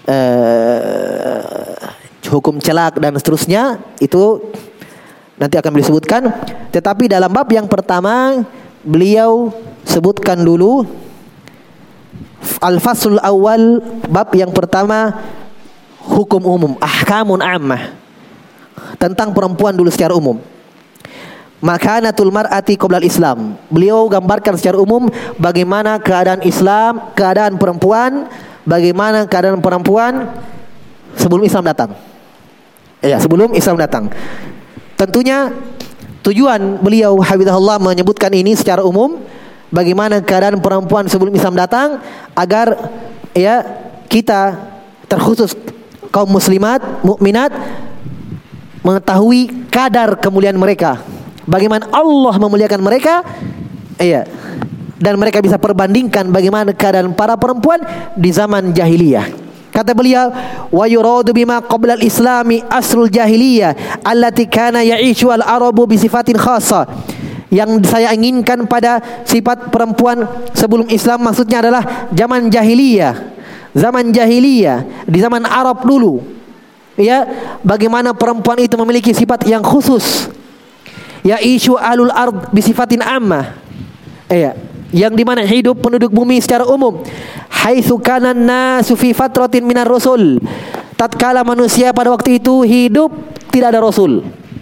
hukum celak dan seterusnya, itu nanti akan beliau sebutkan. Tetapi dalam bab yang pertama beliau sebutkan dulu al-faslul awal, bab yang pertama, hukum umum, ahkamun ammah, tentang perempuan dulu secara umum. Makanatul mar'ati qoblal Islam. Beliau gambarkan secara umum bagaimana keadaan Islam, keadaan perempuan, bagaimana keadaan perempuan sebelum Islam datang. Sebelum Islam datang. Tentunya tujuan beliau hafizahullah menyebutkan ini secara umum, bagaimana keadaan perempuan sebelum Islam datang, agar kita terkhusus kaum muslimat, mukminat, mengetahui kadar kemuliaan mereka, bagaimana Allah memuliakan mereka, dan mereka bisa perbandingkan bagaimana keadaan para perempuan di zaman jahiliyah. Kata beliau, wa yuradu bima qabla al-islami asrul jahiliyah allati kana ya'ishu al-arabu bi sifatin khassa. Yang saya inginkan pada sifat perempuan sebelum Islam maksudnya adalah zaman jahiliyah. Zaman jahiliyah di zaman Arab dulu. Bagaimana perempuan itu memiliki sifat yang khusus. Ya'ishu ahlul ard bi sifatin ammah. Yang dimana hidup penduduk bumi secara umum. Haitsu kana an-nasu fi fatratin minar rasul. Tatkala manusia pada waktu itu hidup tidak ada rasul.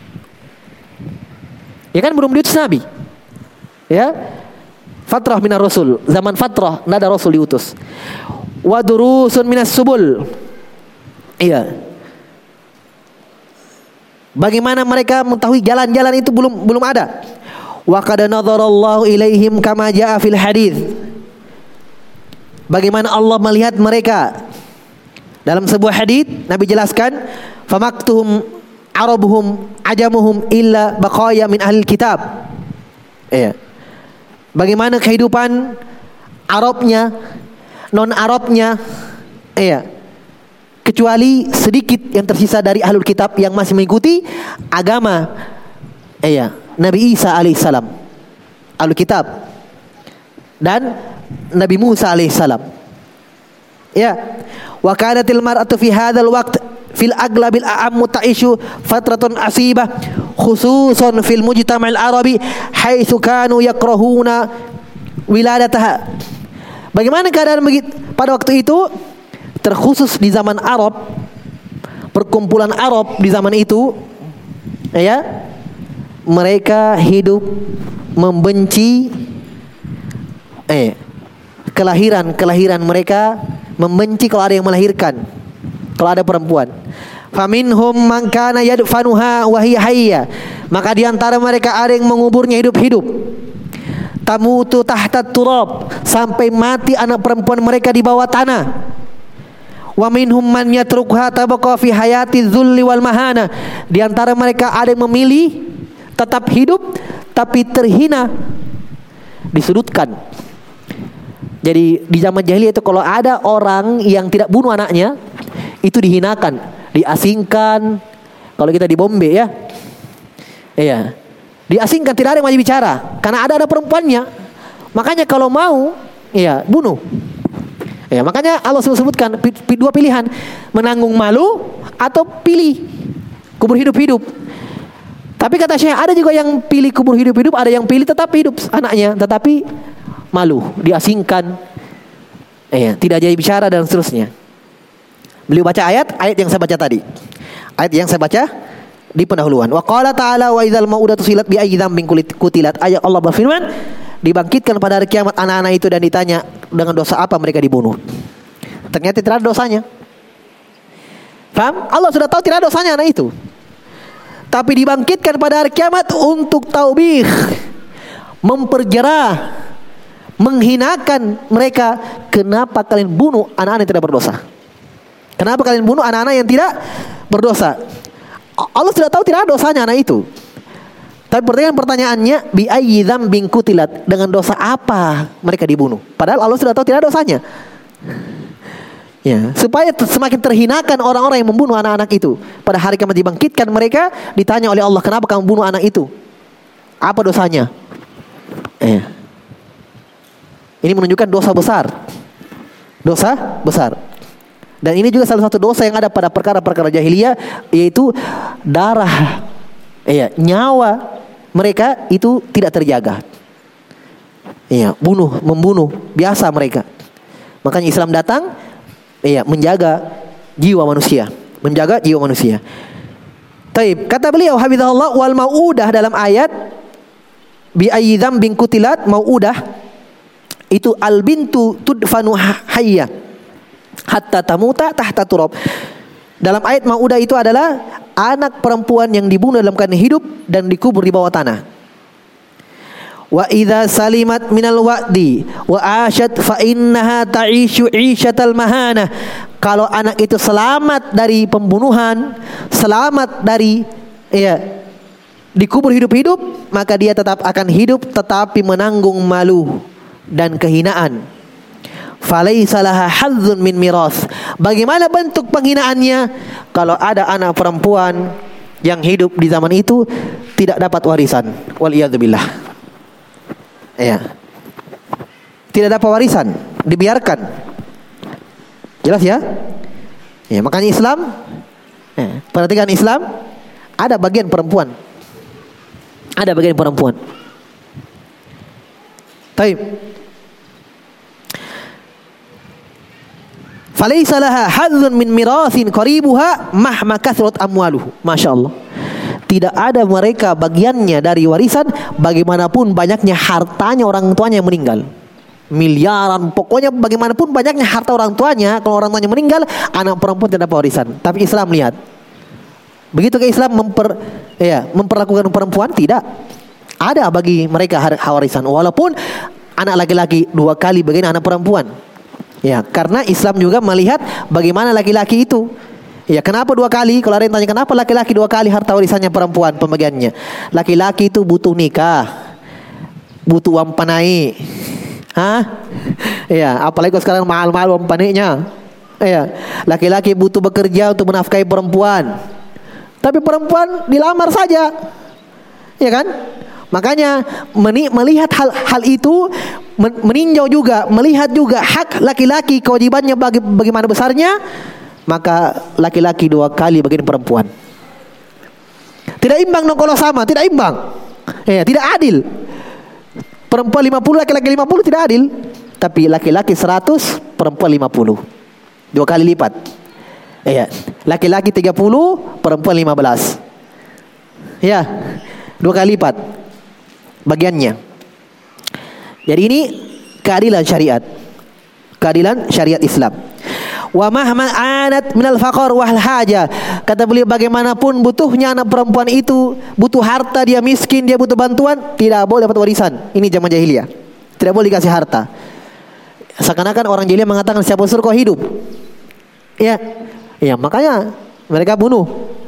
Belum diutus Nabi. Fatrah minar rasul, zaman fatrah tidak ada rasul diutus. Wa durusun minas subul. Bagaimana mereka mengetahui jalan-jalan itu belum ada. Wa qad nadharallahu ilaihim kama jaa fil hadits. Bagaimana Allah melihat mereka dalam sebuah hadits, Nabi jelaskan, famaktuhum arabuhum ajamuhum illa baqaya min ahli kitab. Iya. Bagaimana kehidupan Arabnya, non-Arabnya, iya, kecuali sedikit yang tersisa dari ahlul kitab yang masih mengikuti agama, iya, Nabi Isa alaihissalam, ahlul kitab, dan Nabi Musa alaihissalam. Ya, wa kanatil mar'atu fi hadzal waqt fil aglabil a'ammu ta'ishu fatratun asibah khususan fil mujtama'il arabi haitsu kanu yakrahuna wiladataha. Bagaimana keadaan pada waktu itu, terkhusus di zaman Arab, perkumpulan Arab di zaman itu, ya, mereka hidup membenci kelahiran mereka, membenci kalau ada yang melahirkan, kalau ada perempuan. Faminhum man kana yadfanuha wa hiya hayya, maka di antara mereka ada yang menguburnya hidup-hidup. Tamutu tahta turab, sampai mati anak perempuan mereka di bawah tanah. Wa minhum man yatrukha tabaqa fi hayati dzulli wal mahana, di antara mereka ada yang memilih tetap hidup tapi terhina, disudutkan. Jadi di zaman jahiliyah itu kalau ada orang yang tidak bunuh anaknya, itu dihinakan, diasingkan. Kalau kita di Bombay ya, iya, diasingkan, tidak ada yang maju bicara karena ada perempuannya. Makanya kalau mau, iya, bunuh. Ya, makanya Allah sebutkan dua pilihan, menanggung malu atau pilih kubur hidup-hidup. Tapi kata Syekh, ada juga yang pilih kubur hidup-hidup, ada yang pilih tetap hidup anaknya, tetapi malu, diasingkan, tidak jadi bicara dan seterusnya. Beliau baca ayat yang saya baca tadi, ayat yang saya baca di pendahuluan. Wa qala ta'ala wa idzal mau'udatu silat bi ayyi dzambin qutilat. Ayat Allah berfirman, dibangkitkan pada hari kiamat anak-anak itu dan ditanya dengan dosa apa mereka dibunuh. Ternyata tidak ada dosanya. Paham? Allah sudah tahu tidak ada dosanya anak itu. Tapi dibangkitkan pada hari kiamat untuk taubih, memperjerah, menghinakan mereka. Kenapa kalian bunuh anak-anak yang tidak berdosa? Kenapa kalian bunuh anak-anak yang tidak berdosa? Allah sudah tahu tidak ada dosanya anak itu. Tapi pertanyaannya, bi ayyi dzambin qutilat, dengan dosa apa mereka dibunuh? Padahal Allah sudah tahu tidak ada dosanya. Ya, supaya semakin terhinakan orang-orang yang membunuh anak-anak itu. Pada hari kiamat dibangkitkan mereka, ditanya oleh Allah, kenapa kamu bunuh anak itu? Apa dosanya? Ini menunjukkan dosa besar. Dosa besar. Dan ini juga salah satu dosa yang ada pada perkara-perkara jahiliyah, yaitu darah, nyawa mereka itu tidak terjaga. Membunuh biasa mereka. Makanya Islam datang, menjaga jiwa manusia, menjaga jiwa manusia. Taib, kata beliau hafizahullah, wal mau'udah dalam ayat bi ayyi dzambin qutilat, mau'udah itu al bintu tudfanu hayya hatta tamuta tahta turab. Dalam ayat mau'udah itu adalah anak perempuan yang dibunuh dalam keadaan hidup dan dikubur di bawah tanah. Wa idza salimat minal wa'di wa asyat fa innaha ta'ishu 'isyatal mahana. Kalau anak itu selamat dari pembunuhan, selamat dari dikubur hidup-hidup, maka dia tetap akan hidup tetapi menanggung malu dan kehinaan. Falaisa laha hazzun min miras. Bagaimana bentuk penghinaannya? Kalau ada anak perempuan yang hidup di zaman itu tidak dapat warisan, wal iyadzubillah. Tidak dapat warisan, dibiarkan. Jelas ya? Makanya Islam, perhatikan Islam, ada bagian perempuan. Ada bagian perempuan. Taib. Falaisa laha hadzun min mirasin qaribuha mahma kathrat amwaluhu. Masyaallah. Tidak ada mereka bagiannya dari warisan bagaimanapun banyaknya hartanya orang tuanya yang meninggal. Miliaran, pokoknya bagaimanapun banyaknya harta orang tuanya, kalau orang tuanya meninggal, anak perempuan tidak dapat warisan. Tapi Islam lihat, begitu ke Islam memperlakukan perempuan, tidak ada bagi mereka warisan. Walaupun anak laki-laki 2 kali bagian anak perempuan. Karena Islam juga melihat bagaimana laki-laki itu Ya, kenapa 2 kali? Kalau ada yang tanya kenapa laki-laki 2 kali harta warisannya perempuan pembagiannya. Laki-laki itu butuh nikah, butuh uang panai. Ya, apalagi sekarang mahal-mahal uang panainya. Ya, laki-laki butuh bekerja untuk menafkahi perempuan. Tapi perempuan dilamar saja. Ya kan? Makanya melihat hal itu, meninjau juga, melihat juga hak laki-laki, kewajibannya bagaimana besarnya, maka laki-laki 2 kali bagian perempuan. Tidak imbang dong kalau sama, tidak imbang. Ya, tidak adil. Perempuan 50, laki-laki 50 tidak adil. Tapi laki-laki 100, perempuan 50. 2 kali lipat. Ya, laki-laki 30, perempuan 15. Ya, 2 kali lipat bagiannya. Jadi ini keadilan syariat. Keadilan syariat Islam. Wa mahma anat minal faqr wal haja. Kata beliau, bagaimanapun butuhnya anak perempuan itu, butuh harta, dia miskin, dia butuh bantuan, tidak boleh dapat warisan. Ini zaman jahiliyah. Tidak boleh dikasih harta. Seakan-akan orang jahiliyah mengatakan siapa suruh kau hidup. Ya. Ya, makanya mereka bunuh.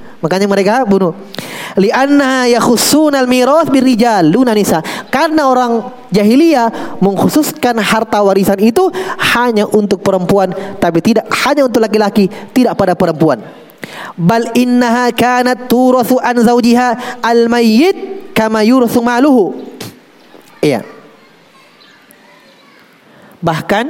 Li'anna yakhussunal mirath birrijal duna nisa. Karena orang jahiliyah mengkhususkan harta warisan itu hanya untuk perempuan, tapi tidak hanya untuk laki-laki, tidak pada perempuan. Bal innaha kanat turathu an zawjiha al-mayyit kama yurathu maluhu. Iya. Bahkan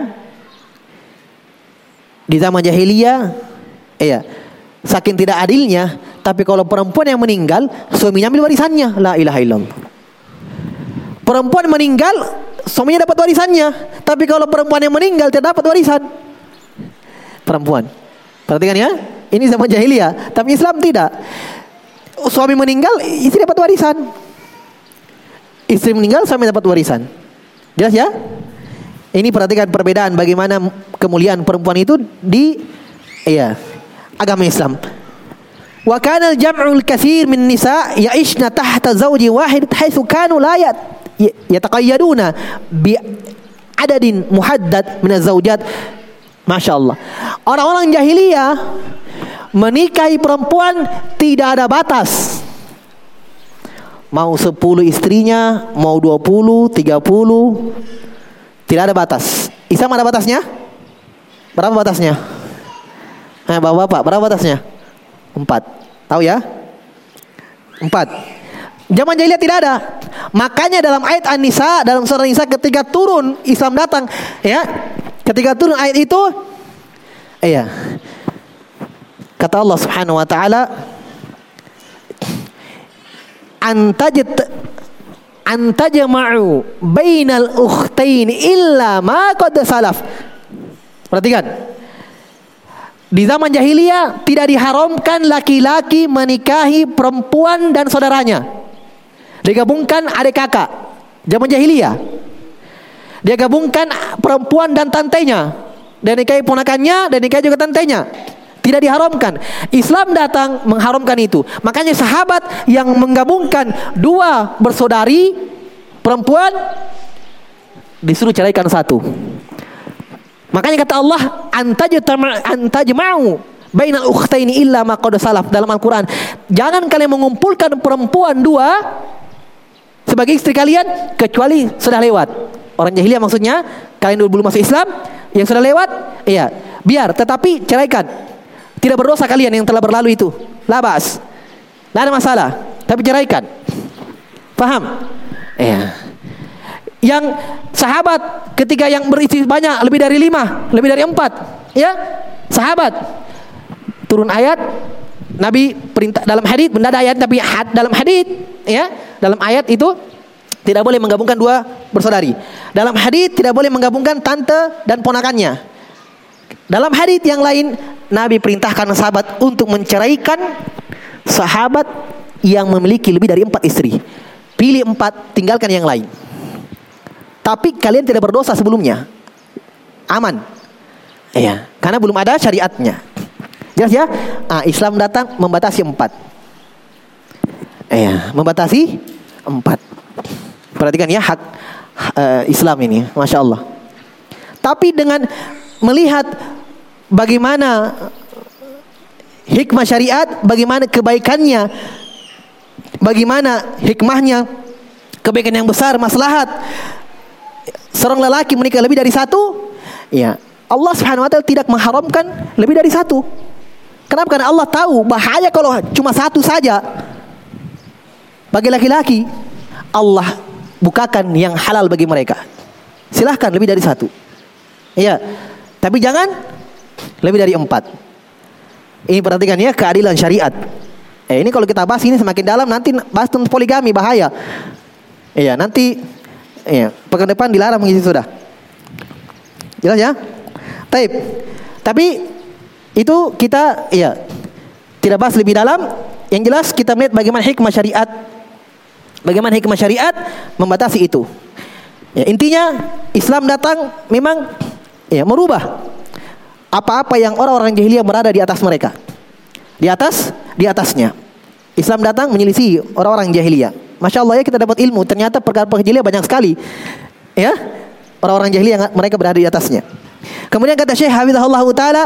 di zaman jahiliyah, iya, saking tidak adilnya, tapi kalau perempuan yang meninggal, suaminya ambil warisannya. La ilaha illallah. Perempuan meninggal, suaminya dapat warisannya. Tapi kalau perempuan yang meninggal tidak dapat warisan. Perempuan. Perhatikan ya, ini zaman jahiliyah. Tapi Islam tidak. Suami meninggal, istri dapat warisan. Istri meninggal, suami dapat warisan. Jelas ya? Ini perhatikan perbedaan bagaimana kemuliaan perempuan itu di agama Islam. Wa kana al-jam'ul katsir min nisa ya'ishna tahta zawji wahid haitsu kanu la yataqayyaduna bi adadin muhaddad min az-zawjat. Masyaallah. Orang-orang jahiliyah menikahi perempuan tidak ada batas. Mau 10 istrinya, mau 20, 30, tidak ada batas. Islam ada batasnya? Berapa batasnya? Bapak-bapak, berapa batasnya? 4. Tahu ya? 4. Zaman jahiliyah tidak ada. Makanya dalam ayat An-Nisa, dalam surah An-Nisa ketika turun Islam datang, ya. Ketika turun ayat itu, kata Allah Subhanahu wa taala, antajma'u bainal ukhtain illa ma qad salaf. Perhatikan. Di zaman jahiliyah tidak diharamkan laki-laki menikahi perempuan dan saudaranya. Digabungkan adik kakak. Zaman jahiliyah. Dia gabungkan perempuan dan tantenya. Dan nikahi ponakannya dan nikahi juga tantenya. Tidak diharamkan. Islam datang mengharamkan itu. Makanya sahabat yang menggabungkan 2 bersaudari perempuan disuruh ceraikan 1. Makanya kata Allah, antajma'u bainal ukhtaini illa ma qad salaf dalam Al-Qur'an. Jangan kalian mengumpulkan perempuan 2 sebagai istri kalian kecuali sudah lewat. Orang jahiliyah maksudnya kalian dulu masuk Islam, yang sudah lewat, biar tetapi ceraikan. Tidak berdosa kalian yang telah berlalu itu. Labas. Tidak ada masalah, tapi ceraikan. Paham? Yang sahabat ketika yang beristri banyak, lebih dari 5, lebih dari 4, ya, sahabat turun ayat, Nabi perintah dalam hadits, benda ada ayat tapi dalam hadits, ya, dalam ayat itu tidak boleh menggabungkan 2 bersaudari. Dalam hadits tidak boleh menggabungkan tante dan ponakannya. Dalam hadits yang lain Nabi perintahkan sahabat untuk menceraikan sahabat yang memiliki lebih dari 4 istri. Pilih 4, tinggalkan yang lain. Tapi kalian tidak berdosa sebelumnya. Aman. Karena belum ada syariatnya. Jelas ya? Islam datang membatasi 4. Membatasi 4. Perhatikan ya hak Islam ini, Masya Allah. Tapi dengan melihat bagaimana hikmah syariat, bagaimana kebaikannya, bagaimana hikmahnya, kebaikan yang besar, maslahat seorang lelaki menikah lebih dari satu, ya Allah Subhanahu wa taala tidak mengharamkan lebih dari satu. Kenapa? Karena Allah tahu bahaya kalau cuma satu saja. Bagi laki-laki, Allah bukakan yang halal bagi mereka. Silahkan lebih dari satu. Iya, tapi jangan lebih dari 4. Ini perhatikan ya, keadilan syariat. Ini kalau kita bahas ini semakin dalam, nanti bahas tentang poligami, bahaya. Iya, nanti pekan depan dilarang begitu sudah. Jelas ya? Taib. Tapi itu kita tidak bahas lebih dalam. Yang jelas kita melihat bagaimana hikmah syariat. Bagaimana hikmah syariat membatasi itu. Ya, intinya Islam datang memang merubah apa-apa yang orang-orang jahiliyah berada di atas mereka. Di atasnya. Islam datang menyelisih orang-orang jahiliyah. Masya Allah ya, kita dapat ilmu. Ternyata perkara-perkara jahiliyah banyak sekali. Ya, orang-orang jahiliyah mereka berada di atasnya. Kemudian kata Syekh Hafizahullah Ta'ala,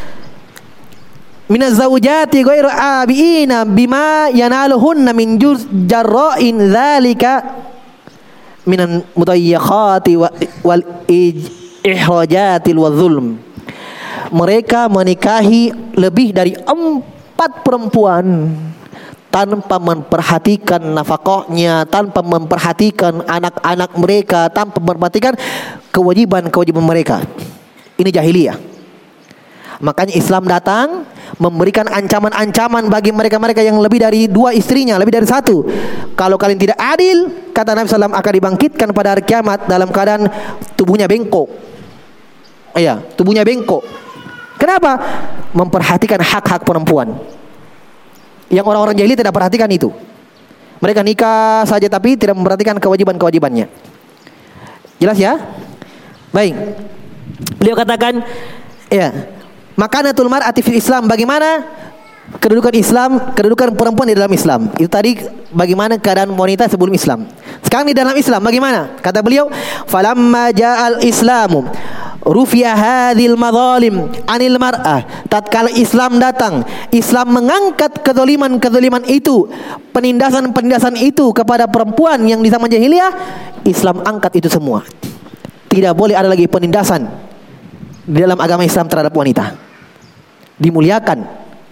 minaz zawjati ghairu abiina bima yanaluhunna min jarra'in dzalika minan mudayyiqati wal ihrajatil wa zulm. Mereka menikahi lebih dari 4 perempuan tanpa memperhatikan nafkahnya, tanpa memperhatikan anak-anak mereka, tanpa memperhatikan kewajiban-kewajiban mereka. Ini jahiliyah. Makanya Islam datang memberikan ancaman-ancaman bagi mereka-mereka yang lebih dari 2 istrinya, lebih dari 1. Kalau kalian tidak adil, kata Nabi SAW, akan dibangkitkan pada hari kiamat dalam keadaan tubuhnya bengkok. Iya, tubuhnya bengkok. Kenapa? Memperhatikan hak-hak perempuan. Yang orang-orang jahiliyah tidak perhatikan itu. Mereka nikah saja tapi tidak memperhatikan kewajiban-kewajibannya. Jelas ya? Baik. Beliau katakan, makanatul mar'ati fil Islam, bagaimana kedudukan Islam, kedudukan perempuan di dalam Islam. Itu tadi bagaimana keadaan wanita sebelum Islam. Sekarang di dalam Islam bagaimana? Kata beliau, falamma ja'al Islamu rufi'a hadhil madzalim anil mar'ah. Tatkala Islam datang, Islam mengangkat kezaliman-kezaliman itu, penindasan-penindasan itu kepada perempuan yang di zaman jahiliyah, Islam angkat itu semua. Tidak boleh ada lagi penindasan di dalam agama Islam terhadap wanita. Dimuliakan.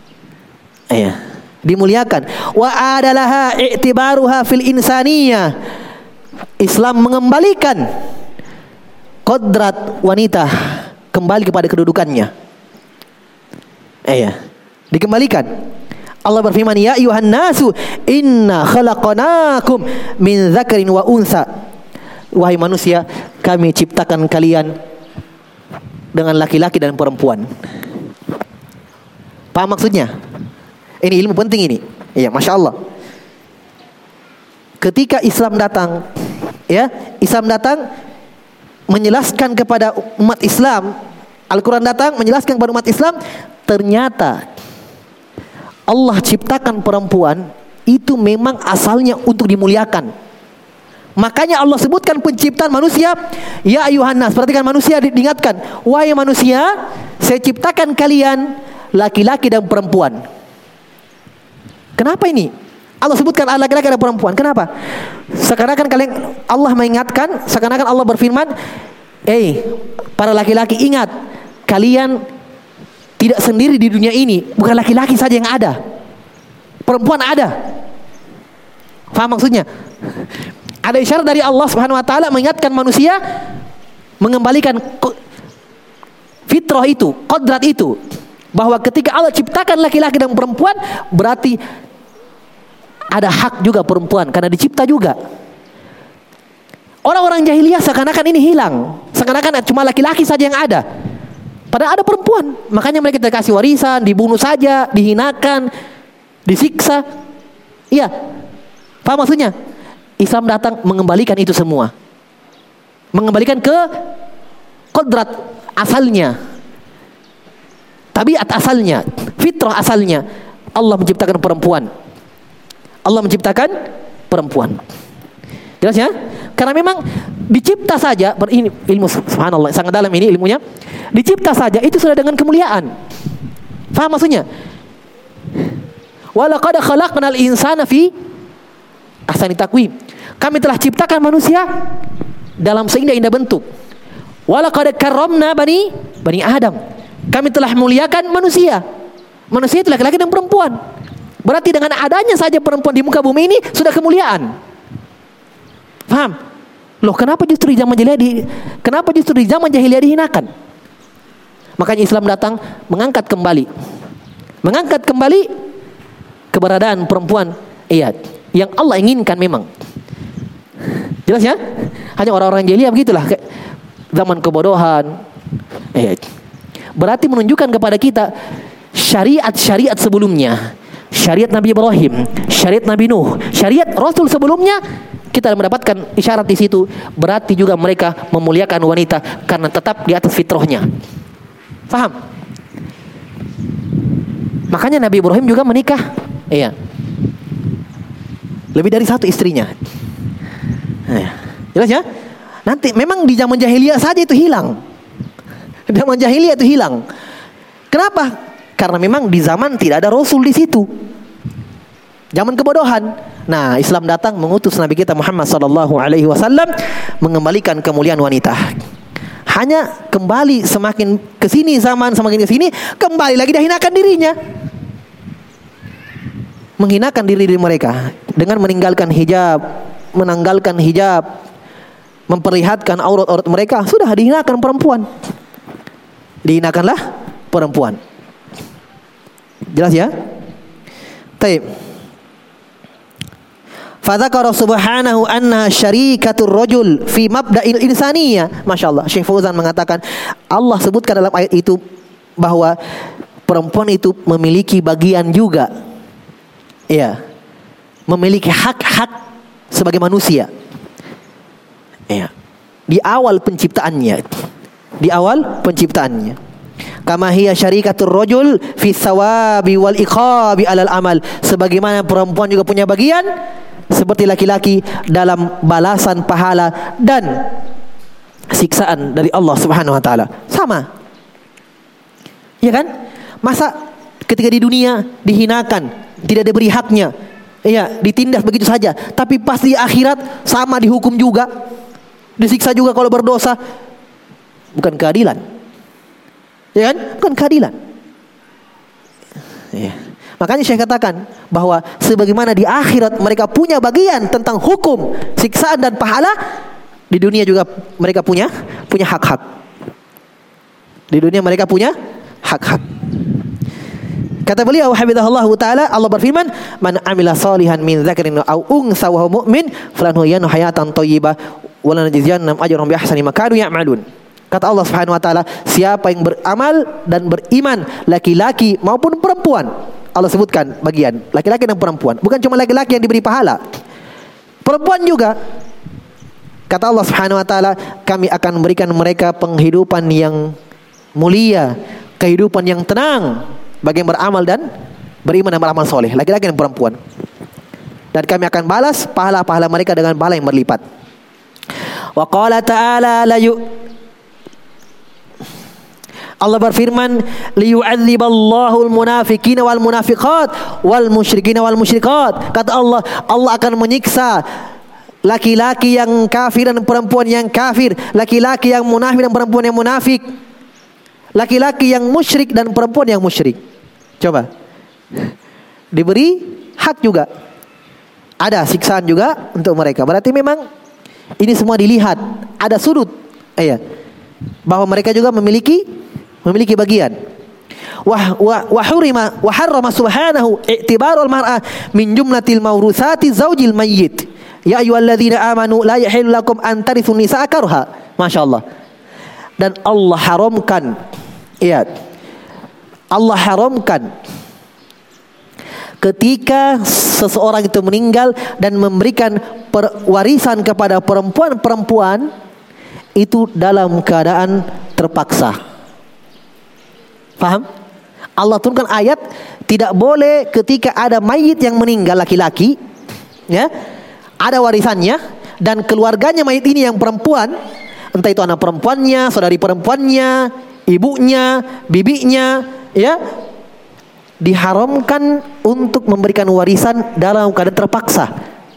Dimuliakan. Wa adalaha i'tibaruha fil insaniyah. Islam mengembalikan kodrat wanita kembali kepada kedudukannya. Dikembalikan. Allah berfirman, ya ayuhan nasu inna khalaqnakum min dzakarin wa unsa. Wahai manusia, kami ciptakan kalian dengan laki-laki dan perempuan. Paham maksudnya? Ini ilmu penting ini. Ya, Masya Allah. Ketika Islam datang, Islam datang menjelaskan kepada umat Islam, Al-Quran datang menjelaskan kepada umat Islam, ternyata Allah ciptakan perempuan itu memang asalnya untuk dimuliakan. Makanya Allah sebutkan penciptaan manusia, ya ayuhan nas. Perhatikan, manusia diingatkan, wahai manusia, saya ciptakan kalian laki-laki dan perempuan. Kenapa ini? Allah sebutkan laki-laki dan perempuan. Kenapa? Seakan-akan kalian, Allah mengingatkan, seakan-akan Allah berfirman, para laki-laki, ingat, kalian tidak sendiri di dunia ini. Bukan laki-laki saja yang ada, perempuan ada. Faham maksudnya? Ada isyarat dari Allah Subhanahu wa taala mengingatkan manusia, mengembalikan fitrah itu, kodrat itu, bahwa ketika Allah ciptakan laki-laki dan perempuan, berarti ada hak juga perempuan karena dicipta juga. Orang-orang jahiliyah seakan-akan ini hilang, seakan-akan cuma laki-laki saja yang ada, padahal ada perempuan. Makanya mereka dikasih warisan, dibunuh saja, dihinakan, disiksa. Iya, paham maksudnya? Islam datang mengembalikan itu semua, mengembalikan ke kodrat asalnya, tabiat asalnya, fitrah asalnya. Allah menciptakan perempuan. Allah menciptakan perempuan. Jelas ya? Karena memang dicipta saja, ini ilmu subhanallah sangat dalam, ini ilmunya. Dicipta saja itu sudah dengan kemuliaan. Faham maksudnya? Wa laqad khalaqnal insana fi ahsani taqwim. Kami telah ciptakan manusia dalam seindah-indah bentuk. Wa laqad karramna bani Adam. Kami telah muliakan manusia. Manusia itu laki-laki dan perempuan. Berarti dengan adanya saja perempuan di muka bumi ini sudah kemuliaan. Paham? Loh, kenapa justru di zaman jahiliyah dihinakan? Makanya Islam datang mengangkat kembali keberadaan perempuan, iya, yang Allah inginkan memang. Jelas ya? Hanya orang-orang jahiliyah begitulah, zaman kebodohan. Berarti menunjukkan kepada kita syariat sebelumnya, syariat Nabi Ibrahim, syariat Nabi Nuh, syariat Rasul sebelumnya, kita mendapatkan isyarat di situ. Berarti juga mereka memuliakan wanita karena tetap di atas fitrahnya. Paham? Makanya Nabi Ibrahim juga menikah, iya, lebih dari satu istrinya. Jelas ya? Nanti memang di zaman jahiliyah saja itu hilang. Zaman jahiliyah itu hilang. Kenapa? Karena memang di zaman tidak ada Rasul di situ. Zaman kebodohan. Nah, Islam datang mengutus Nabi kita Muhammad SAW mengembalikan kemuliaan wanita. Hanya kembali semakin kesini zaman, semakin kesini kembali lagi dihinakan dirinya. Menghinakan diri mereka dengan meninggalkan hijab, memperlihatkan aurat-aurat mereka. Sudah dihinakan perempuan. Dihinakanlah perempuan. Jelas ya? Taib. Fadzakara subhanahu anna syarikatur rajul fi mabda'il insaniyah. Masyaallah, Syekh Fauzan mengatakan Allah sebutkan dalam ayat itu bahwa perempuan itu memiliki bagian juga. Iya. Memiliki hak-hak sebagai manusia. Iya. Di awal penciptaannya. Kama hiya syarikatur rajul fi thawabi wal iqabi alal amal. Sebagaimana perempuan juga punya bagian seperti laki-laki dalam balasan pahala dan siksaan dari Allah Subhanahu wa taala. Sama. Ya kan? Masa ketika di dunia dihinakan, tidak diberi haknya, iya, ditindas begitu saja, tapi pas di akhirat sama dihukum juga, disiksa juga kalau berdosa. Bukan keadilan. Ya kan? Bukan keadilan. Ya. Makanya saya katakan bahwa sebagaimana di akhirat mereka punya bagian tentang hukum, siksaan dan pahala, di dunia juga mereka punya hak-hak. Di dunia mereka punya hak-hak. Kata beliau hafizahullahu taala, Allah berfirman, "Man 'amila shalihan min dzakarin aw unsa wa huwa mu'min, falanuhyiyanahu hayatan thayyibah wa lanajziyannahum ajrahum bi ahsani ma kanu ya'malun." Kata Allah Subhanahu wa taala, siapa yang beramal dan beriman, laki-laki maupun perempuan. Allah sebutkan bagian laki-laki dan perempuan. Bukan cuma laki-laki yang diberi pahala, perempuan juga. Kata Allah Subhanahu wa taala, kami akan memberikan mereka penghidupan yang mulia, kehidupan yang tenang bagi yang beramal dan beriman dan beramal soleh, laki-laki dan perempuan. Dan kami akan balas pahala-pahala mereka dengan pahala yang berlipat. Wa qala ta'ala Allah berfirman, liyu'adziballahu al-munafiqina wal munafiqat wal musyrikina wal musyrikat. Kata Allah, Allah akan menyiksa laki-laki yang kafir dan perempuan yang kafir, laki-laki yang munafik dan perempuan yang munafik, laki-laki yang musyrik dan perempuan yang musyrik. Coba, diberi hak juga, ada siksaan juga untuk mereka. Berarti memang ini semua dilihat, ada sudut, bahwa mereka juga memiliki bagian. Wa harrama subhanahu i'tibarul mar'ah min jumlatil mawruthati zaujil mayyit. Ya ayyuhalladzina amanu la yahillu lakum an tarithu nisaa karha. Masyaallah. Dan Allah haramkan, Allah haramkan ketika seseorang itu meninggal dan memberikan warisan kepada perempuan-perempuan itu dalam keadaan terpaksa. Paham? Allah turunkan ayat tidak boleh ketika ada mayit yang meninggal laki-laki, ya, ada warisannya dan keluarganya mayit ini yang perempuan, entah itu anak perempuannya, saudari perempuannya, ibunya, bibinya, ya, diharamkan untuk memberikan warisan dalam keadaan terpaksa.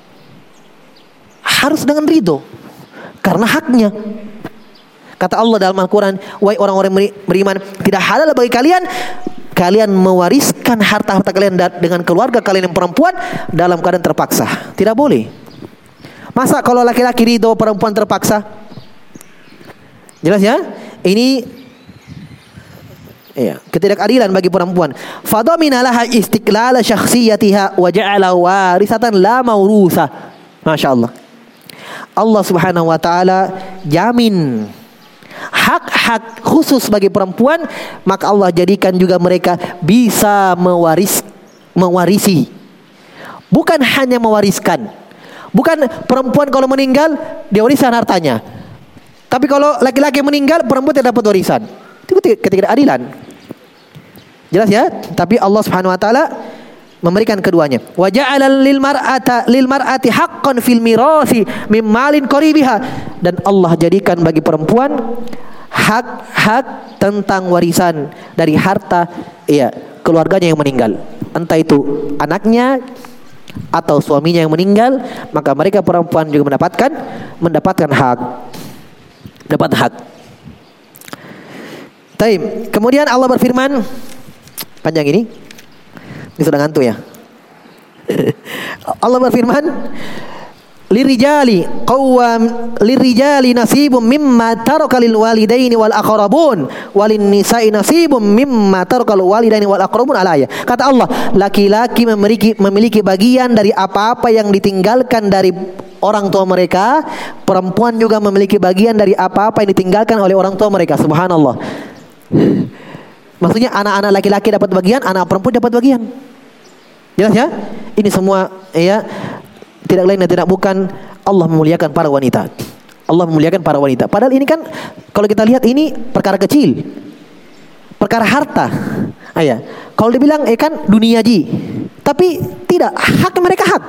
Harus dengan ridho, karena haknya. Kata Allah dalam Al-Quran, wahai orang-orang beriman, tidak halal bagi kalian mewariskan harta-harta kalian dengan keluarga kalian yang perempuan dalam keadaan terpaksa. Tidak boleh. Masa kalau laki-laki ridho, perempuan terpaksa? Jelas ya? Ini ketidakadilan bagi perempuan. Fadamina laha istiqlala syakhsiyatiha wa ja'ala warisatan la maurusa. Masya Allah. Allah Subhanahu wa taala jamin hak-hak khusus bagi perempuan, maka Allah jadikan juga mereka bisa mewarisi. Bukan hanya mewariskan. Bukan perempuan kalau meninggal dia warisan hartanya. Tapi kalau laki-laki meninggal, perempuan tidak dapat warisan. Itu ketidakadilan. Jelas ya? Tapi Allah Subhanahu wa taala memberikan keduanya. Wa ja'ala lil mar'ati haqqan fil mirasi mim malin qaribiha, dan Allah jadikan bagi perempuan hak-hak tentang warisan dari harta keluarganya yang meninggal. Entah itu anaknya atau suaminya yang meninggal, maka mereka perempuan juga mendapatkan hak. Dapat hak. Taib. Kemudian Allah berfirman, panjang ini sudah ngantuk ya. Allah berfirman, lirijali nasibum mimma taraka lil walidaini wal aqrabun walin nisa'i nasibum mimma taraka lil walidaini wal aqrabun alaya. Kata Allah, laki-laki memiliki bagian dari apa-apa yang ditinggalkan dari orang tua mereka, perempuan juga memiliki bagian dari apa-apa yang ditinggalkan oleh orang tua mereka. Subhanallah. Maksudnya anak-anak laki-laki dapat bagian, anak perempuan dapat bagian. Jelas ya? Ini semua tidak lain dan tidak bukan Allah memuliakan para wanita. Allah memuliakan para wanita. Padahal ini kan kalau kita lihat ini perkara kecil, perkara harta. Kalau dibilang kan dunia ji, tapi tidak, hak mereka hak.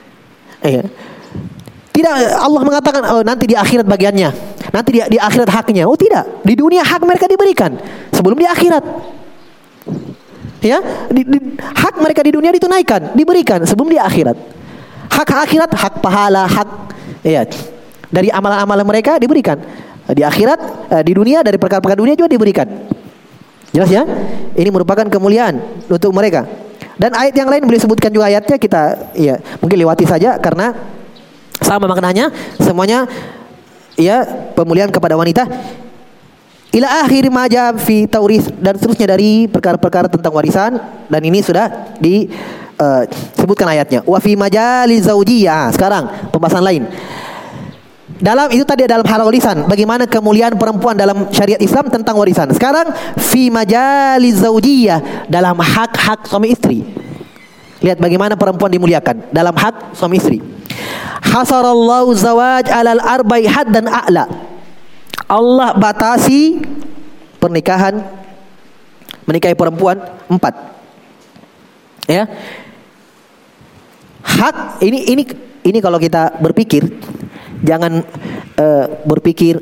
Tidak Allah mengatakan nanti di akhirat bagiannya, nanti di akhirat haknya. Oh tidak, di dunia hak mereka diberikan sebelum di akhirat. Hak mereka di dunia ditunaikan, diberikan sebelum di akhirat. Hak akhirat, hak pahala, hak dari amalan-amalan mereka diberikan di akhirat, di dunia dari perkara-perkara dunia juga diberikan. Jelas ya? Ini merupakan kemuliaan untuk mereka. Dan ayat yang lain boleh sebutkan juga ayatnya, kita mungkin lewati saja karena sama maknanya, semuanya pemuliaan kepada wanita. Ila akhir maja fi tauris, dan seterusnya dari perkara-perkara tentang warisan, dan ini sudah disebutkan ayatnya. Wa fi majali zaujiyah. Sekarang pembahasan lain. Dalam itu tadi dalam hal warisan, bagaimana kemuliaan perempuan dalam syariat Islam tentang warisan. Sekarang fi majali zaujiyah, dalam hak-hak suami istri. Lihat bagaimana perempuan dimuliakan dalam hak suami istri. Hasarallahu zawaj alal arba'i haddan a'la. Allah batasi pernikahan, menikahi perempuan 4. Hak ini kalau kita berpikir, jangan berpikir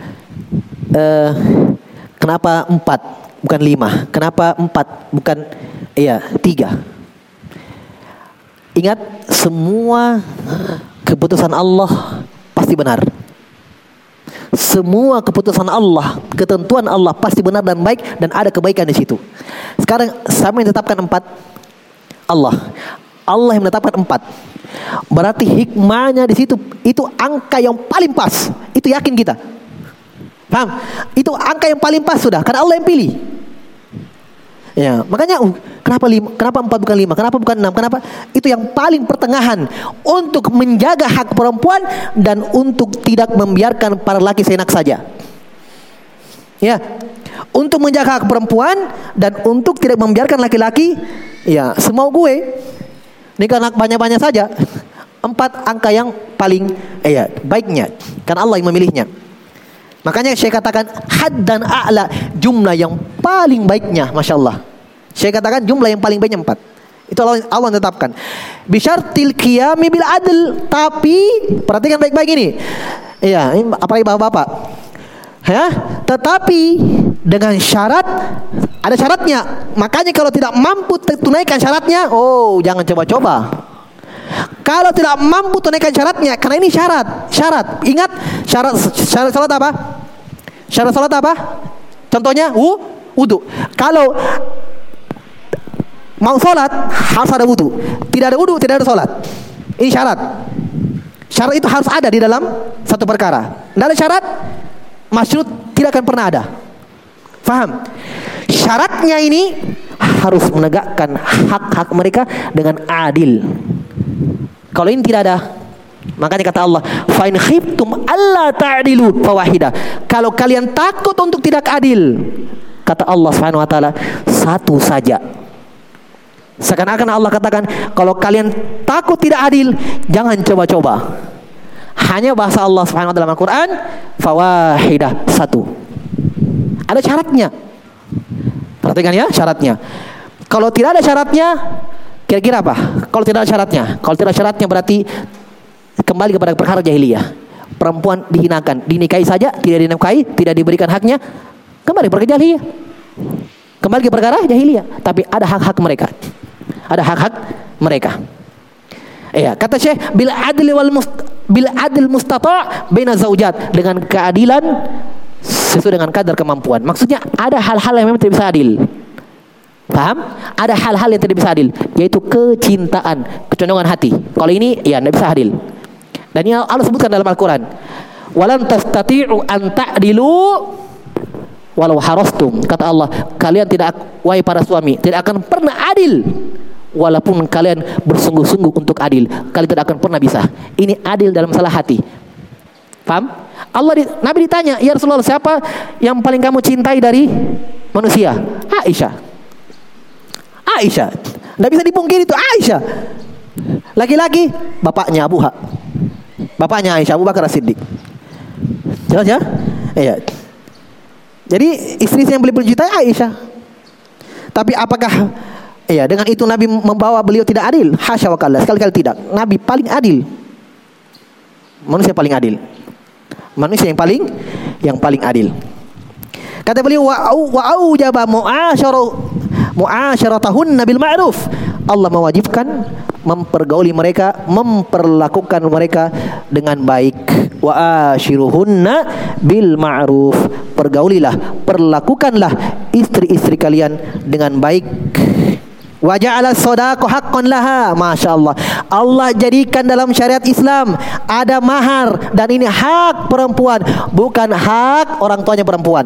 kenapa 4 bukan 5, kenapa 4 bukan 3. Ingat, semua keputusan Allah pasti benar. Semua keputusan Allah, ketentuan Allah pasti benar dan baik, dan ada kebaikan di situ. Sekarang siapa yang menetapkan 4? Allah yang menetapkan 4. Berarti hikmahnya di situ, itu angka yang paling pas. Itu yakin kita. Paham? Itu angka yang paling pas sudah, karena Allah yang pilih. Makanya kenapa 4 bukan 5? Kenapa bukan 6? Kenapa? Itu yang paling pertengahan untuk menjaga hak perempuan dan untuk tidak membiarkan para laki seenak saja. Untuk menjaga hak perempuan dan untuk tidak membiarkan laki-laki semau gue nikah anak banyak-banyak saja. 4 angka yang paling baiknya, karena Allah yang memilihnya. Makanya saya katakan had dan a'la, jumlah yang paling baiknya, Masya Allah. Saya katakan jumlah yang paling baiknya 4. Itu Allah tetapkan. Bisyartil qiyami bil adl. Tapi perhatikan baik-baik ini. Apalagi bapak-bapak. Ya, tetapi dengan syarat, ada syaratnya. Makanya kalau tidak mampu tunaikan syaratnya, oh jangan coba-coba. Kalau tidak mampu tunaikan syaratnya, karena ini syarat. Ingat syarat salat apa? Syarat salat apa? Contohnya wudu. Kalau mau salat harus ada wudu. Tidak ada wudu, tidak ada salat. Ini syarat. Syarat itu harus ada di dalam satu perkara. Tidak ada syarat, masyruut tidak akan pernah ada. Faham? Syaratnya ini harus menegakkan hak-hak mereka dengan adil. Kalau ini tidak ada, makanya kata Allah, fa in khiftum alla ta'dilu fawahida. Kalau kalian takut untuk tidak adil, kata Allah Subhanahu wa taala, satu saja. Seakan-akan Allah katakan, kalau kalian takut tidak adil, jangan coba-coba. Hanya bahasa Allah Subhanahu wa taala dalam Al-Qur'an, fawahida, satu. Ada syaratnya. Perhatikan ya syaratnya. Kalau tidak ada syaratnya, kira-kira apa? Kalau tidak ada syaratnya, berarti kembali kepada perkara jahiliyah. Perempuan dihinakan, dinikahi saja, tidak dinikahi, tidak diberikan haknya, kembali perkara jahiliyah. Kembali ke perkara jahiliyah. Tapi ada hak-hak mereka. Ada hak-hak mereka. Iya, kata Syekh, bil adil mustata' baina zaujat, dengan keadilan sesuai dengan kadar kemampuan. Maksudnya ada hal-hal yang memang tidak bisa adil. Paham? Ada hal-hal yang tidak bisa adil, yaitu kecintaan, kecondongan hati. Kalau ini ya tidak bisa adil. Dan ini Allah sebutkan dalam Al-Quran, walan tastati'u an ta'dilu walau harastum. Kata Allah, kalian tidak, wahai para suami, tidak akan pernah adil walaupun kalian bersungguh-sungguh untuk adil. Kalian tidak akan pernah bisa. Ini adil dalam salah hati. Paham? Nabi ditanya, ya Rasulullah, siapa yang paling kamu cintai dari manusia? Aisyah. Tidak bisa dipungkiri itu Aisyah. Laki-laki, bapaknya bapaknya Aisyah, Abu Bakar As-Siddiq. Jelas ya? Iya. Jadi istri yang paling cintai Aisyah. Tapi apakah dengan itu Nabi membawa beliau tidak adil? Hasya wa kalla, sekali-kali tidak. Nabi paling adil. Manusia paling adil. Manusia yang paling adil. Kata beliau, wa aujaba mu'asyaratahunna bil ma'ruf. Allah mewajibkan mempergauli mereka, memperlakukan mereka dengan baik. Wa ashiruhunna bil ma'ruf. Pergaulilah, perlakukanlah istri-istri kalian dengan baik. Wa ja'ala shadaqah haqqan laha. Masya Allah, Allah jadikan dalam syariat Islam ada mahar, dan ini hak perempuan, bukan hak orang tuanya perempuan.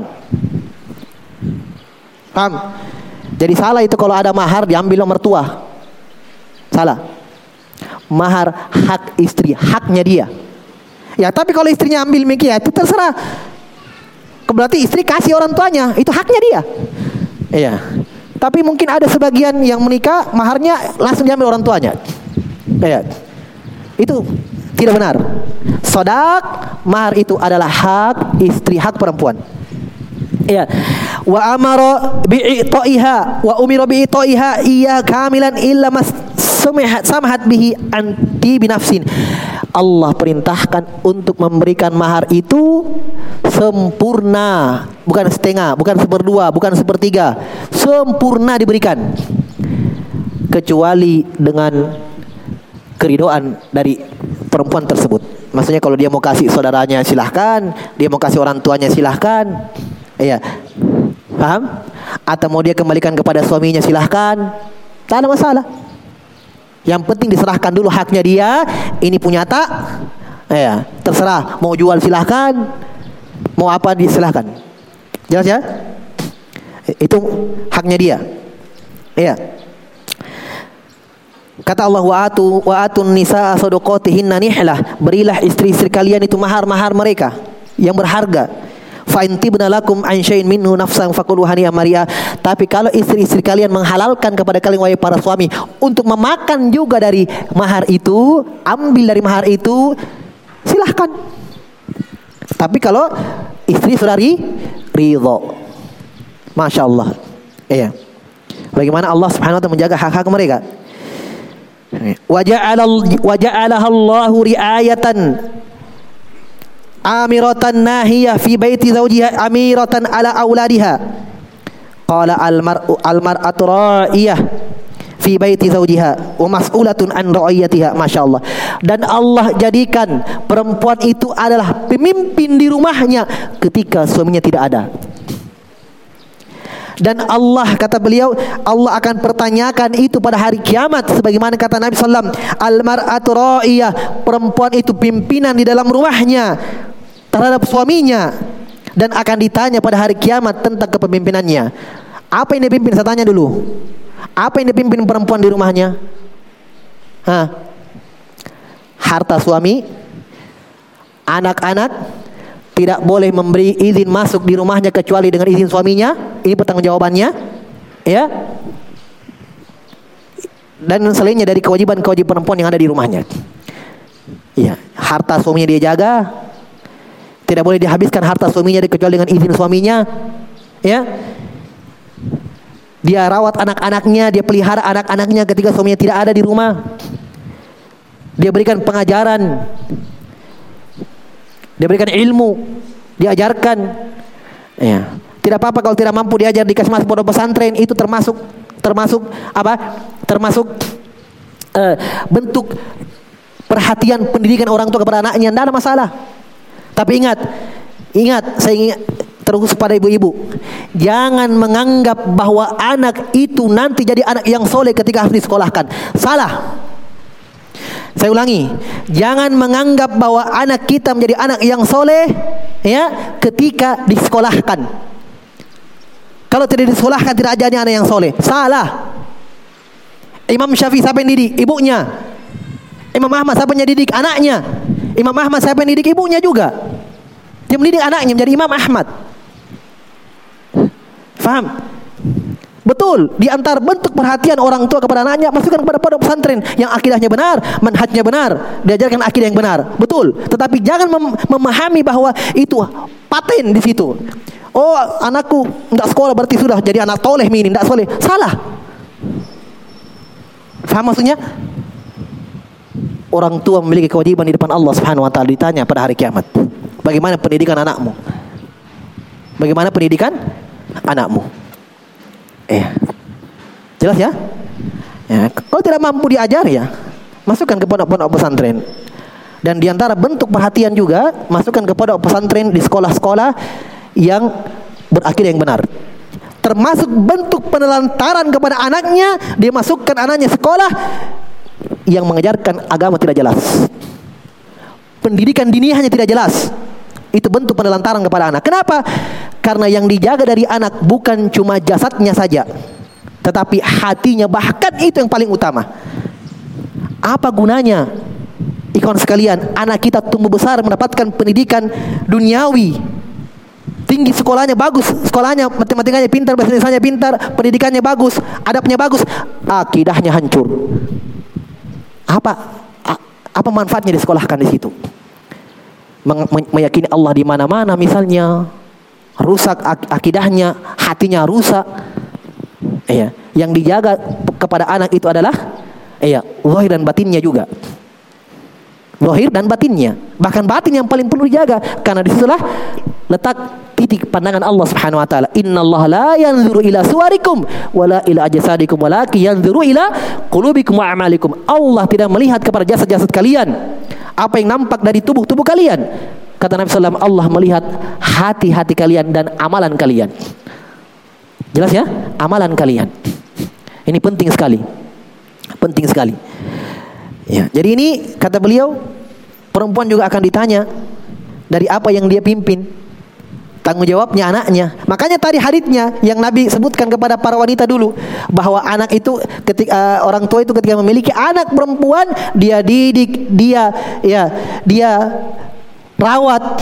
Paham? Jadi salah itu kalau ada mahar diambil mertua. Salah. Mahar hak istri, haknya dia. Ya, tapi kalau istrinya ambil mikir, itu terserah. Berarti istri kasih orang tuanya, itu haknya dia. Iya. Tapi mungkin ada sebagian yang menikah maharnya langsung diambil orang tuanya. Iya. Itu tidak benar. Shadaq, mahar itu adalah hak istri, hak perempuan. Iya. Wa amara bi'ita'iha wa umira bi'ita'iha iya kamilan illa mas samahat bihi anti binafsin. Allah perintahkan untuk memberikan mahar itu sempurna, bukan setengah, bukan seperdua, bukan sepertiga, sempurna diberikan, kecuali dengan keridoan dari perempuan tersebut. Maksudnya kalau dia mau kasih saudaranya silahkan, dia mau kasih orang tuanya silahkan, iya, paham? Atau mau dia kembalikan kepada suaminya silahkan, tak ada masalah. Yang penting diserahkan dulu haknya dia. Ini punya tak? Ya, terserah. Mau jual silahkan, mau apa silahkan. Jelas ya? Itu haknya dia. Iya. Kata Allah, wa atun nisaa sadaqatihinna nihlah. Berilah istri-istri kalian itu mahar-mahar mereka yang berharga. Fa in tibna lakum an syai'in minhu nafsan faqulu hani'a mari'a. Tapi kalau istri-istri kalian menghalalkan kepada kalian wahai para suami untuk memakan juga dari mahar itu, ambil dari mahar itu, silahkan. Tapi kalau istri sudah ridho, Masya Allah. Iya. Bagaimana Allah Subhanahu wa ta'ala menjaga hak-hak mereka. Wa ja'alaha Allahu ri'ayatan amiratan nahiyah fi baiti zawjiha amiratan ala auladiha. Qala al-mar'atu ra'iyah fi baiti zawjiha wa mas'ulatun an ra'iyatiha. Masyaallah. Dan Allah jadikan perempuan itu adalah pemimpin di rumahnya ketika suaminya tidak ada. Dan Allah, kata beliau, Allah akan pertanyakan itu pada hari kiamat, sebagaimana kata Nabi SAW, al-mar'atu ra'iyah, perempuan itu pimpinan di dalam rumahnya terhadap suaminya, dan akan ditanya pada hari kiamat tentang kepemimpinannya. Apa yang dipimpin? Saya tanya dulu, apa yang dipimpin perempuan di rumahnya? Harta suami, anak-anak, tidak boleh memberi izin masuk di rumahnya kecuali dengan izin suaminya. Ini pertanggungjawabannya, ya. Dan selainnya dari kewajiban-kewajiban perempuan yang ada di rumahnya. Ya, harta suaminya dia jaga. Tidak boleh dihabiskan harta suaminya kecuali dengan izin suaminya. Ya. Dia rawat anak-anaknya, dia pelihara anak-anaknya ketika suaminya tidak ada di rumah. Dia berikan pengajaran. Dia berikan ilmu, diajarkan. Ya. Tidak apa-apa kalau tidak mampu diajar, dikasih masuk pondok pesantren, itu termasuk apa? Termasuk bentuk perhatian pendidikan orang tua kepada anaknya, tidak ada masalah. Tapi ingat, saya ingat terus pada ibu-ibu, jangan menganggap bahwa anak itu nanti jadi anak yang soleh ketika harus disekolahkan. Salah. Saya ulangi, jangan menganggap bahwa anak kita menjadi anak yang soleh, ya, ketika disekolahkan. Kalau tidak disekolahkan tidak jadi anak yang soleh. Salah. Imam Syafi'i siapa yang didik? Ibunya. Imam Ahmad siapa yang didik? Anaknya. Imam Ahmad siapa yang didik? Ibunya juga. Dia mendidik anaknya menjadi Imam Ahmad. Faham? Betul, di antara bentuk perhatian orang tua kepada anaknya, masukkan kepada pondok pesantren yang akidahnya benar, manhajnya benar, diajarkan akidah yang benar. Betul, tetapi jangan memahami bahwa itu paten di situ. Oh, anakku enggak sekolah berarti sudah jadi anak toleh ini, enggak soleh. Salah. Faham maksudnya? Orang tua memiliki kewajiban di depan Allah Subhanahu wa taala, ditanya pada hari kiamat. Bagaimana pendidikan anakmu? Bagaimana pendidikan anakmu? Jelas ya? Ya, kalau tidak mampu diajar, ya masukkan ke pondok-pondok pesantren. Dan diantara bentuk perhatian juga, masukkan ke pondok pesantren di sekolah-sekolah yang berakidah yang benar. Termasuk bentuk penelantaran kepada anaknya, dia masukkan anaknya sekolah yang mengajarkan agama tidak jelas, pendidikan diniyahnya tidak jelas. Itu bentuk penelantaran kepada anak. Kenapa? Karena yang dijaga dari anak bukan cuma jasadnya saja, tetapi hatinya, bahkan itu yang paling utama. Apa gunanya, ikhwan sekalian, anak kita tumbuh besar mendapatkan pendidikan duniawi, tinggi, sekolahnya bagus, sekolahnya matematikanya pintar, bahasa Indonesianya pintar, pendidikannya bagus, adabnya bagus, akidahnya hancur. Apa manfaatnya disekolahkan di situ? Meyakini Allah di mana-mana misalnya, rusak akidahnya, hatinya rusak. Iya, yang dijaga kepada anak itu adalah zahir dan batinnya juga. Zahir dan batinnya, bahkan batin yang paling perlu dijaga, karena disitulah letak titik pandangan Allah Subhanahu wa taala. Innallaha la yanzuru ila suwarikum wala ila ajsadikum walakin yanzuru ila qulubikum wa a'malikum. Allah tidak melihat kepada jasad-jasad kalian, apa yang nampak dari tubuh-tubuh kalian. Kata Nabi SAW, Allah melihat hati-hati kalian dan amalan kalian. Jelas ya? Amalan kalian. Ini penting sekali. Penting sekali. Ya, jadi ini kata beliau, perempuan juga akan ditanya dari apa yang dia pimpin. Tanggung jawabnya anaknya. Makanya tadi haditsnya yang Nabi sebutkan kepada para wanita dulu, bahwa anak itu ketika orang tua itu ketika memiliki anak perempuan, dia didik, dia rawat.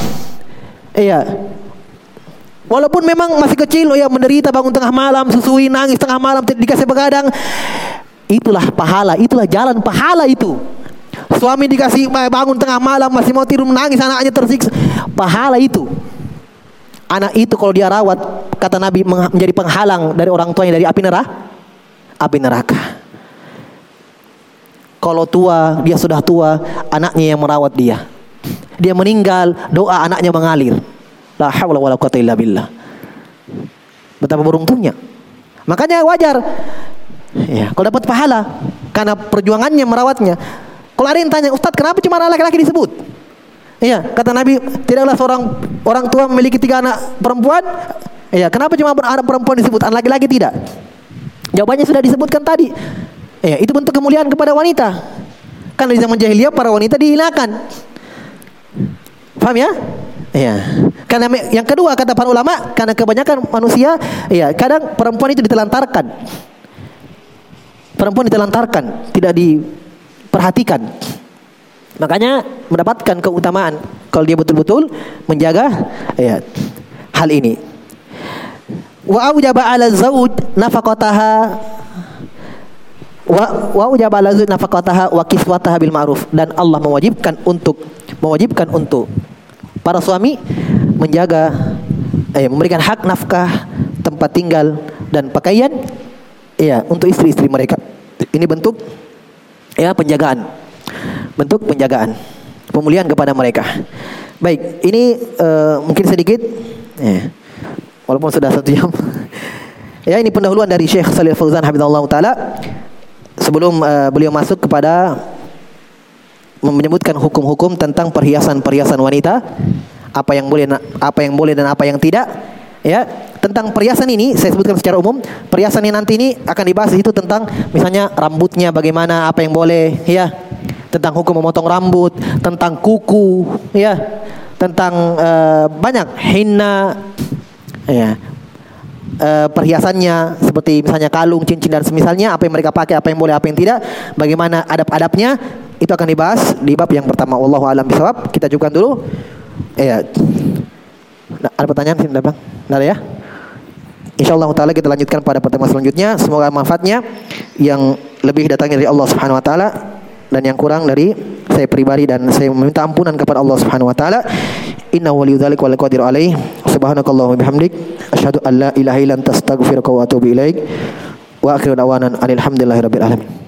Walaupun memang masih kecil, menderita, bangun tengah malam, susui, nangis tengah malam, dikasih begadang. Itulah pahala, itulah jalan pahala itu. Suami dikasih bangun tengah malam masih mau tidur menangis, anaknya tersiksa. Pahala itu. Anak itu kalau dia rawat, kata Nabi, menjadi penghalang dari orang tuanya dari api neraka. Kalau tua, dia sudah tua, anaknya yang merawat dia. dia meninggal, doa anaknya mengalir. La haula wala quwata illa billah. Betapa beruntungnya. Makanya wajar ya, kalau dapat pahala karena perjuangannya merawatnya. Kalau ada yang tanya, Ustadz kenapa cuma laki-laki disebut? Iya, kata Nabi, tidaklah seorang orang tua memiliki 3 anak perempuan. Iya, kenapa cuma anak perempuan disebut, anak laki-laki tidak? Jawabannya sudah disebutkan tadi. Iya, itu bentuk kemuliaan kepada wanita. Kan di zaman jahiliyah para wanita dihinakan. Paham ya? Iya. Karena yang kedua kata para ulama, karena kebanyakan manusia, iya, kadang perempuan itu ditelantarkan. Perempuan ditelantarkan, tidak diperhatikan. Makanya mendapatkan keutamaan kalau dia betul-betul menjaga ya, hal ini. Wa aujaba 'ala zauj nafaqataha wa aujaba 'ala zauj nafaqataha wa kiswataha bil ma'ruf, dan Allah mewajibkan untuk para suami menjaga memberikan hak nafkah, tempat tinggal dan pakaian ya untuk istri-istri mereka. Ini bentuk ya penjagaan. Bentuk penjagaan, pemulihan kepada mereka. Baik, ini mungkin sedikit ya, walaupun sudah 1 jam. Ya, ini pendahuluan dari Syekh Shalih Fauzan hafizahullah taala sebelum beliau masuk kepada menyebutkan hukum-hukum tentang perhiasan-perhiasan wanita, apa yang boleh dan apa yang tidak. Ya, tentang perhiasan ini saya sebutkan secara umum. Perhiasan yang nanti ini akan dibahas itu tentang misalnya rambutnya bagaimana, apa yang boleh, ya. Tentang hukum memotong rambut, tentang kuku, ya, tentang banyak henna, ya, perhiasannya seperti misalnya kalung, cincin dan semisalnya, apa yang mereka pakai, apa yang boleh, apa yang tidak, bagaimana adab-adabnya, itu akan dibahas di bab yang pertama. Wallahu a'lam bishawab. Kita ajukan dulu. Ya, ada pertanyaan sini, Bang? Nggak ada ya? Insyaallah taala kita lanjutkan pada pertemuan selanjutnya. Semoga manfaatnya yang lebih datangnya dari Allah Subhanahu wa taala, dan yang kurang dari saya pribadi, dan saya meminta ampunan kepada Allah Subhanahu wa taala. Innahu waliyudzalik wal qadiru alaih. Subhanakallahumma bihamdik asyhadu an la ilaha illa anta astaghfiruka wa atubu ilaik. Wa akhiru da'wanan alhamdulillahirabbil alamin.